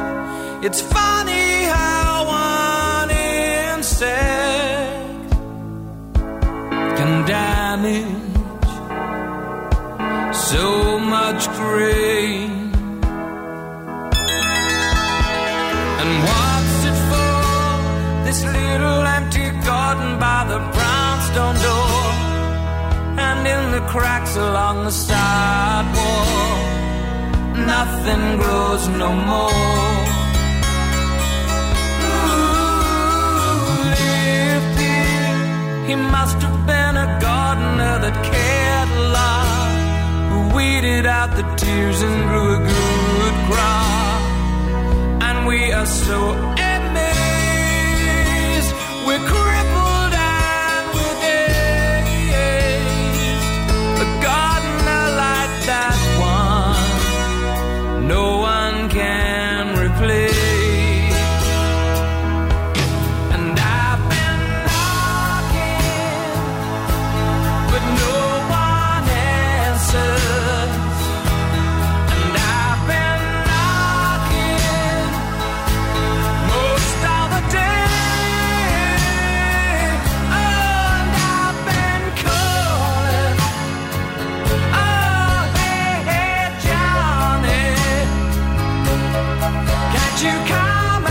It's funny how one insect can damage so much grain. And what's it for, this little empty garden by the brownstone door, and in the cracks along the sidewalk, nothing grows no more. Ooh, lived here, he must have been a gardener that cared a lot, who weeded out the tears and grew a good crop. And we are so amazed, we're crippled and we're dazed. A gardener like that one, no one can replace. And I've been knocking, but no one answers. And I've been knocking most of the day. And I've been calling, oh hey, hey Johnny, can't you come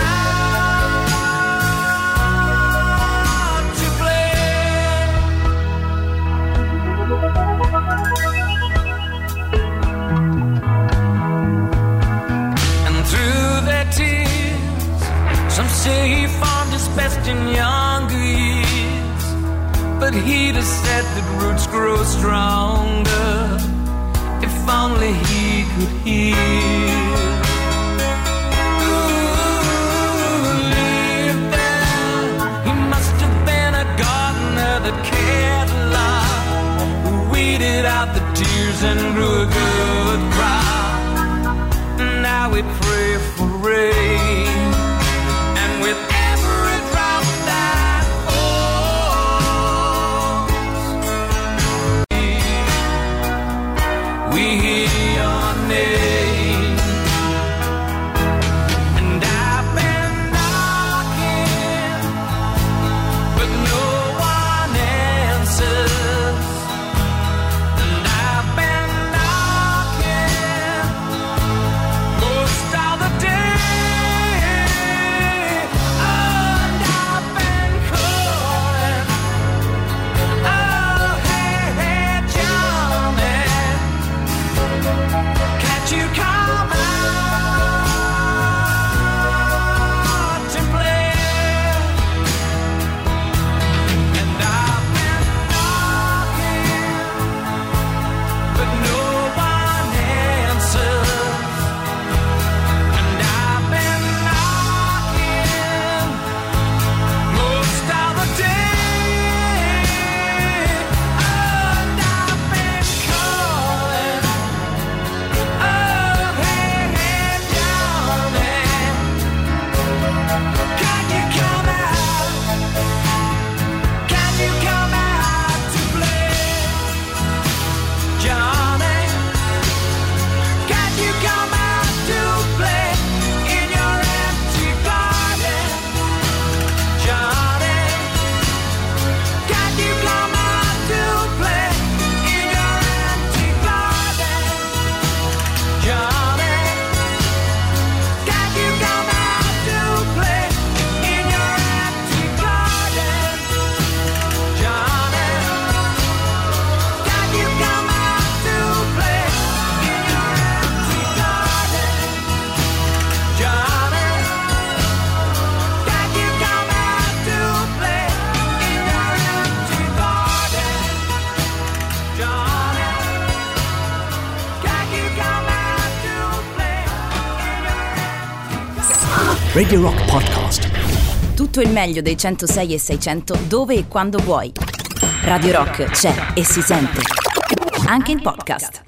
out to play? And through their tears, some say he found his best in younger years, but he'd have said that roots grow stronger if only he could hear. Lived there, he must have been a gardener that cared a lot, who weeded out the tears and grew a good crop. Now we pray for rain, and with every drop that falls, we hear your name. And I've been knocking, but no one answers. And I've been knocking most of the day. And I've been calling, oh hey, hey Johnny, can't you come out to play? And I've been knocking, but no one answers. And I've been knocking most of the day. And I've been calling, oh hey, hey Johnny, can you come out? Can you come out to play? Johnny, can you come out to play in your empty garden? Johnny, can you come out to play in your empty garden? Johnny, can you come out to play in your empty garden? Johnny, can you come out to play in your empty garden? Johnny, can you come out to play in your empty garden? Johnny, can you come out to play in your Radio Rock Podcast. Tutto il meglio dei 106 e 600 dove e quando vuoi. Radio Rock c'è e si sente. Anche in podcast.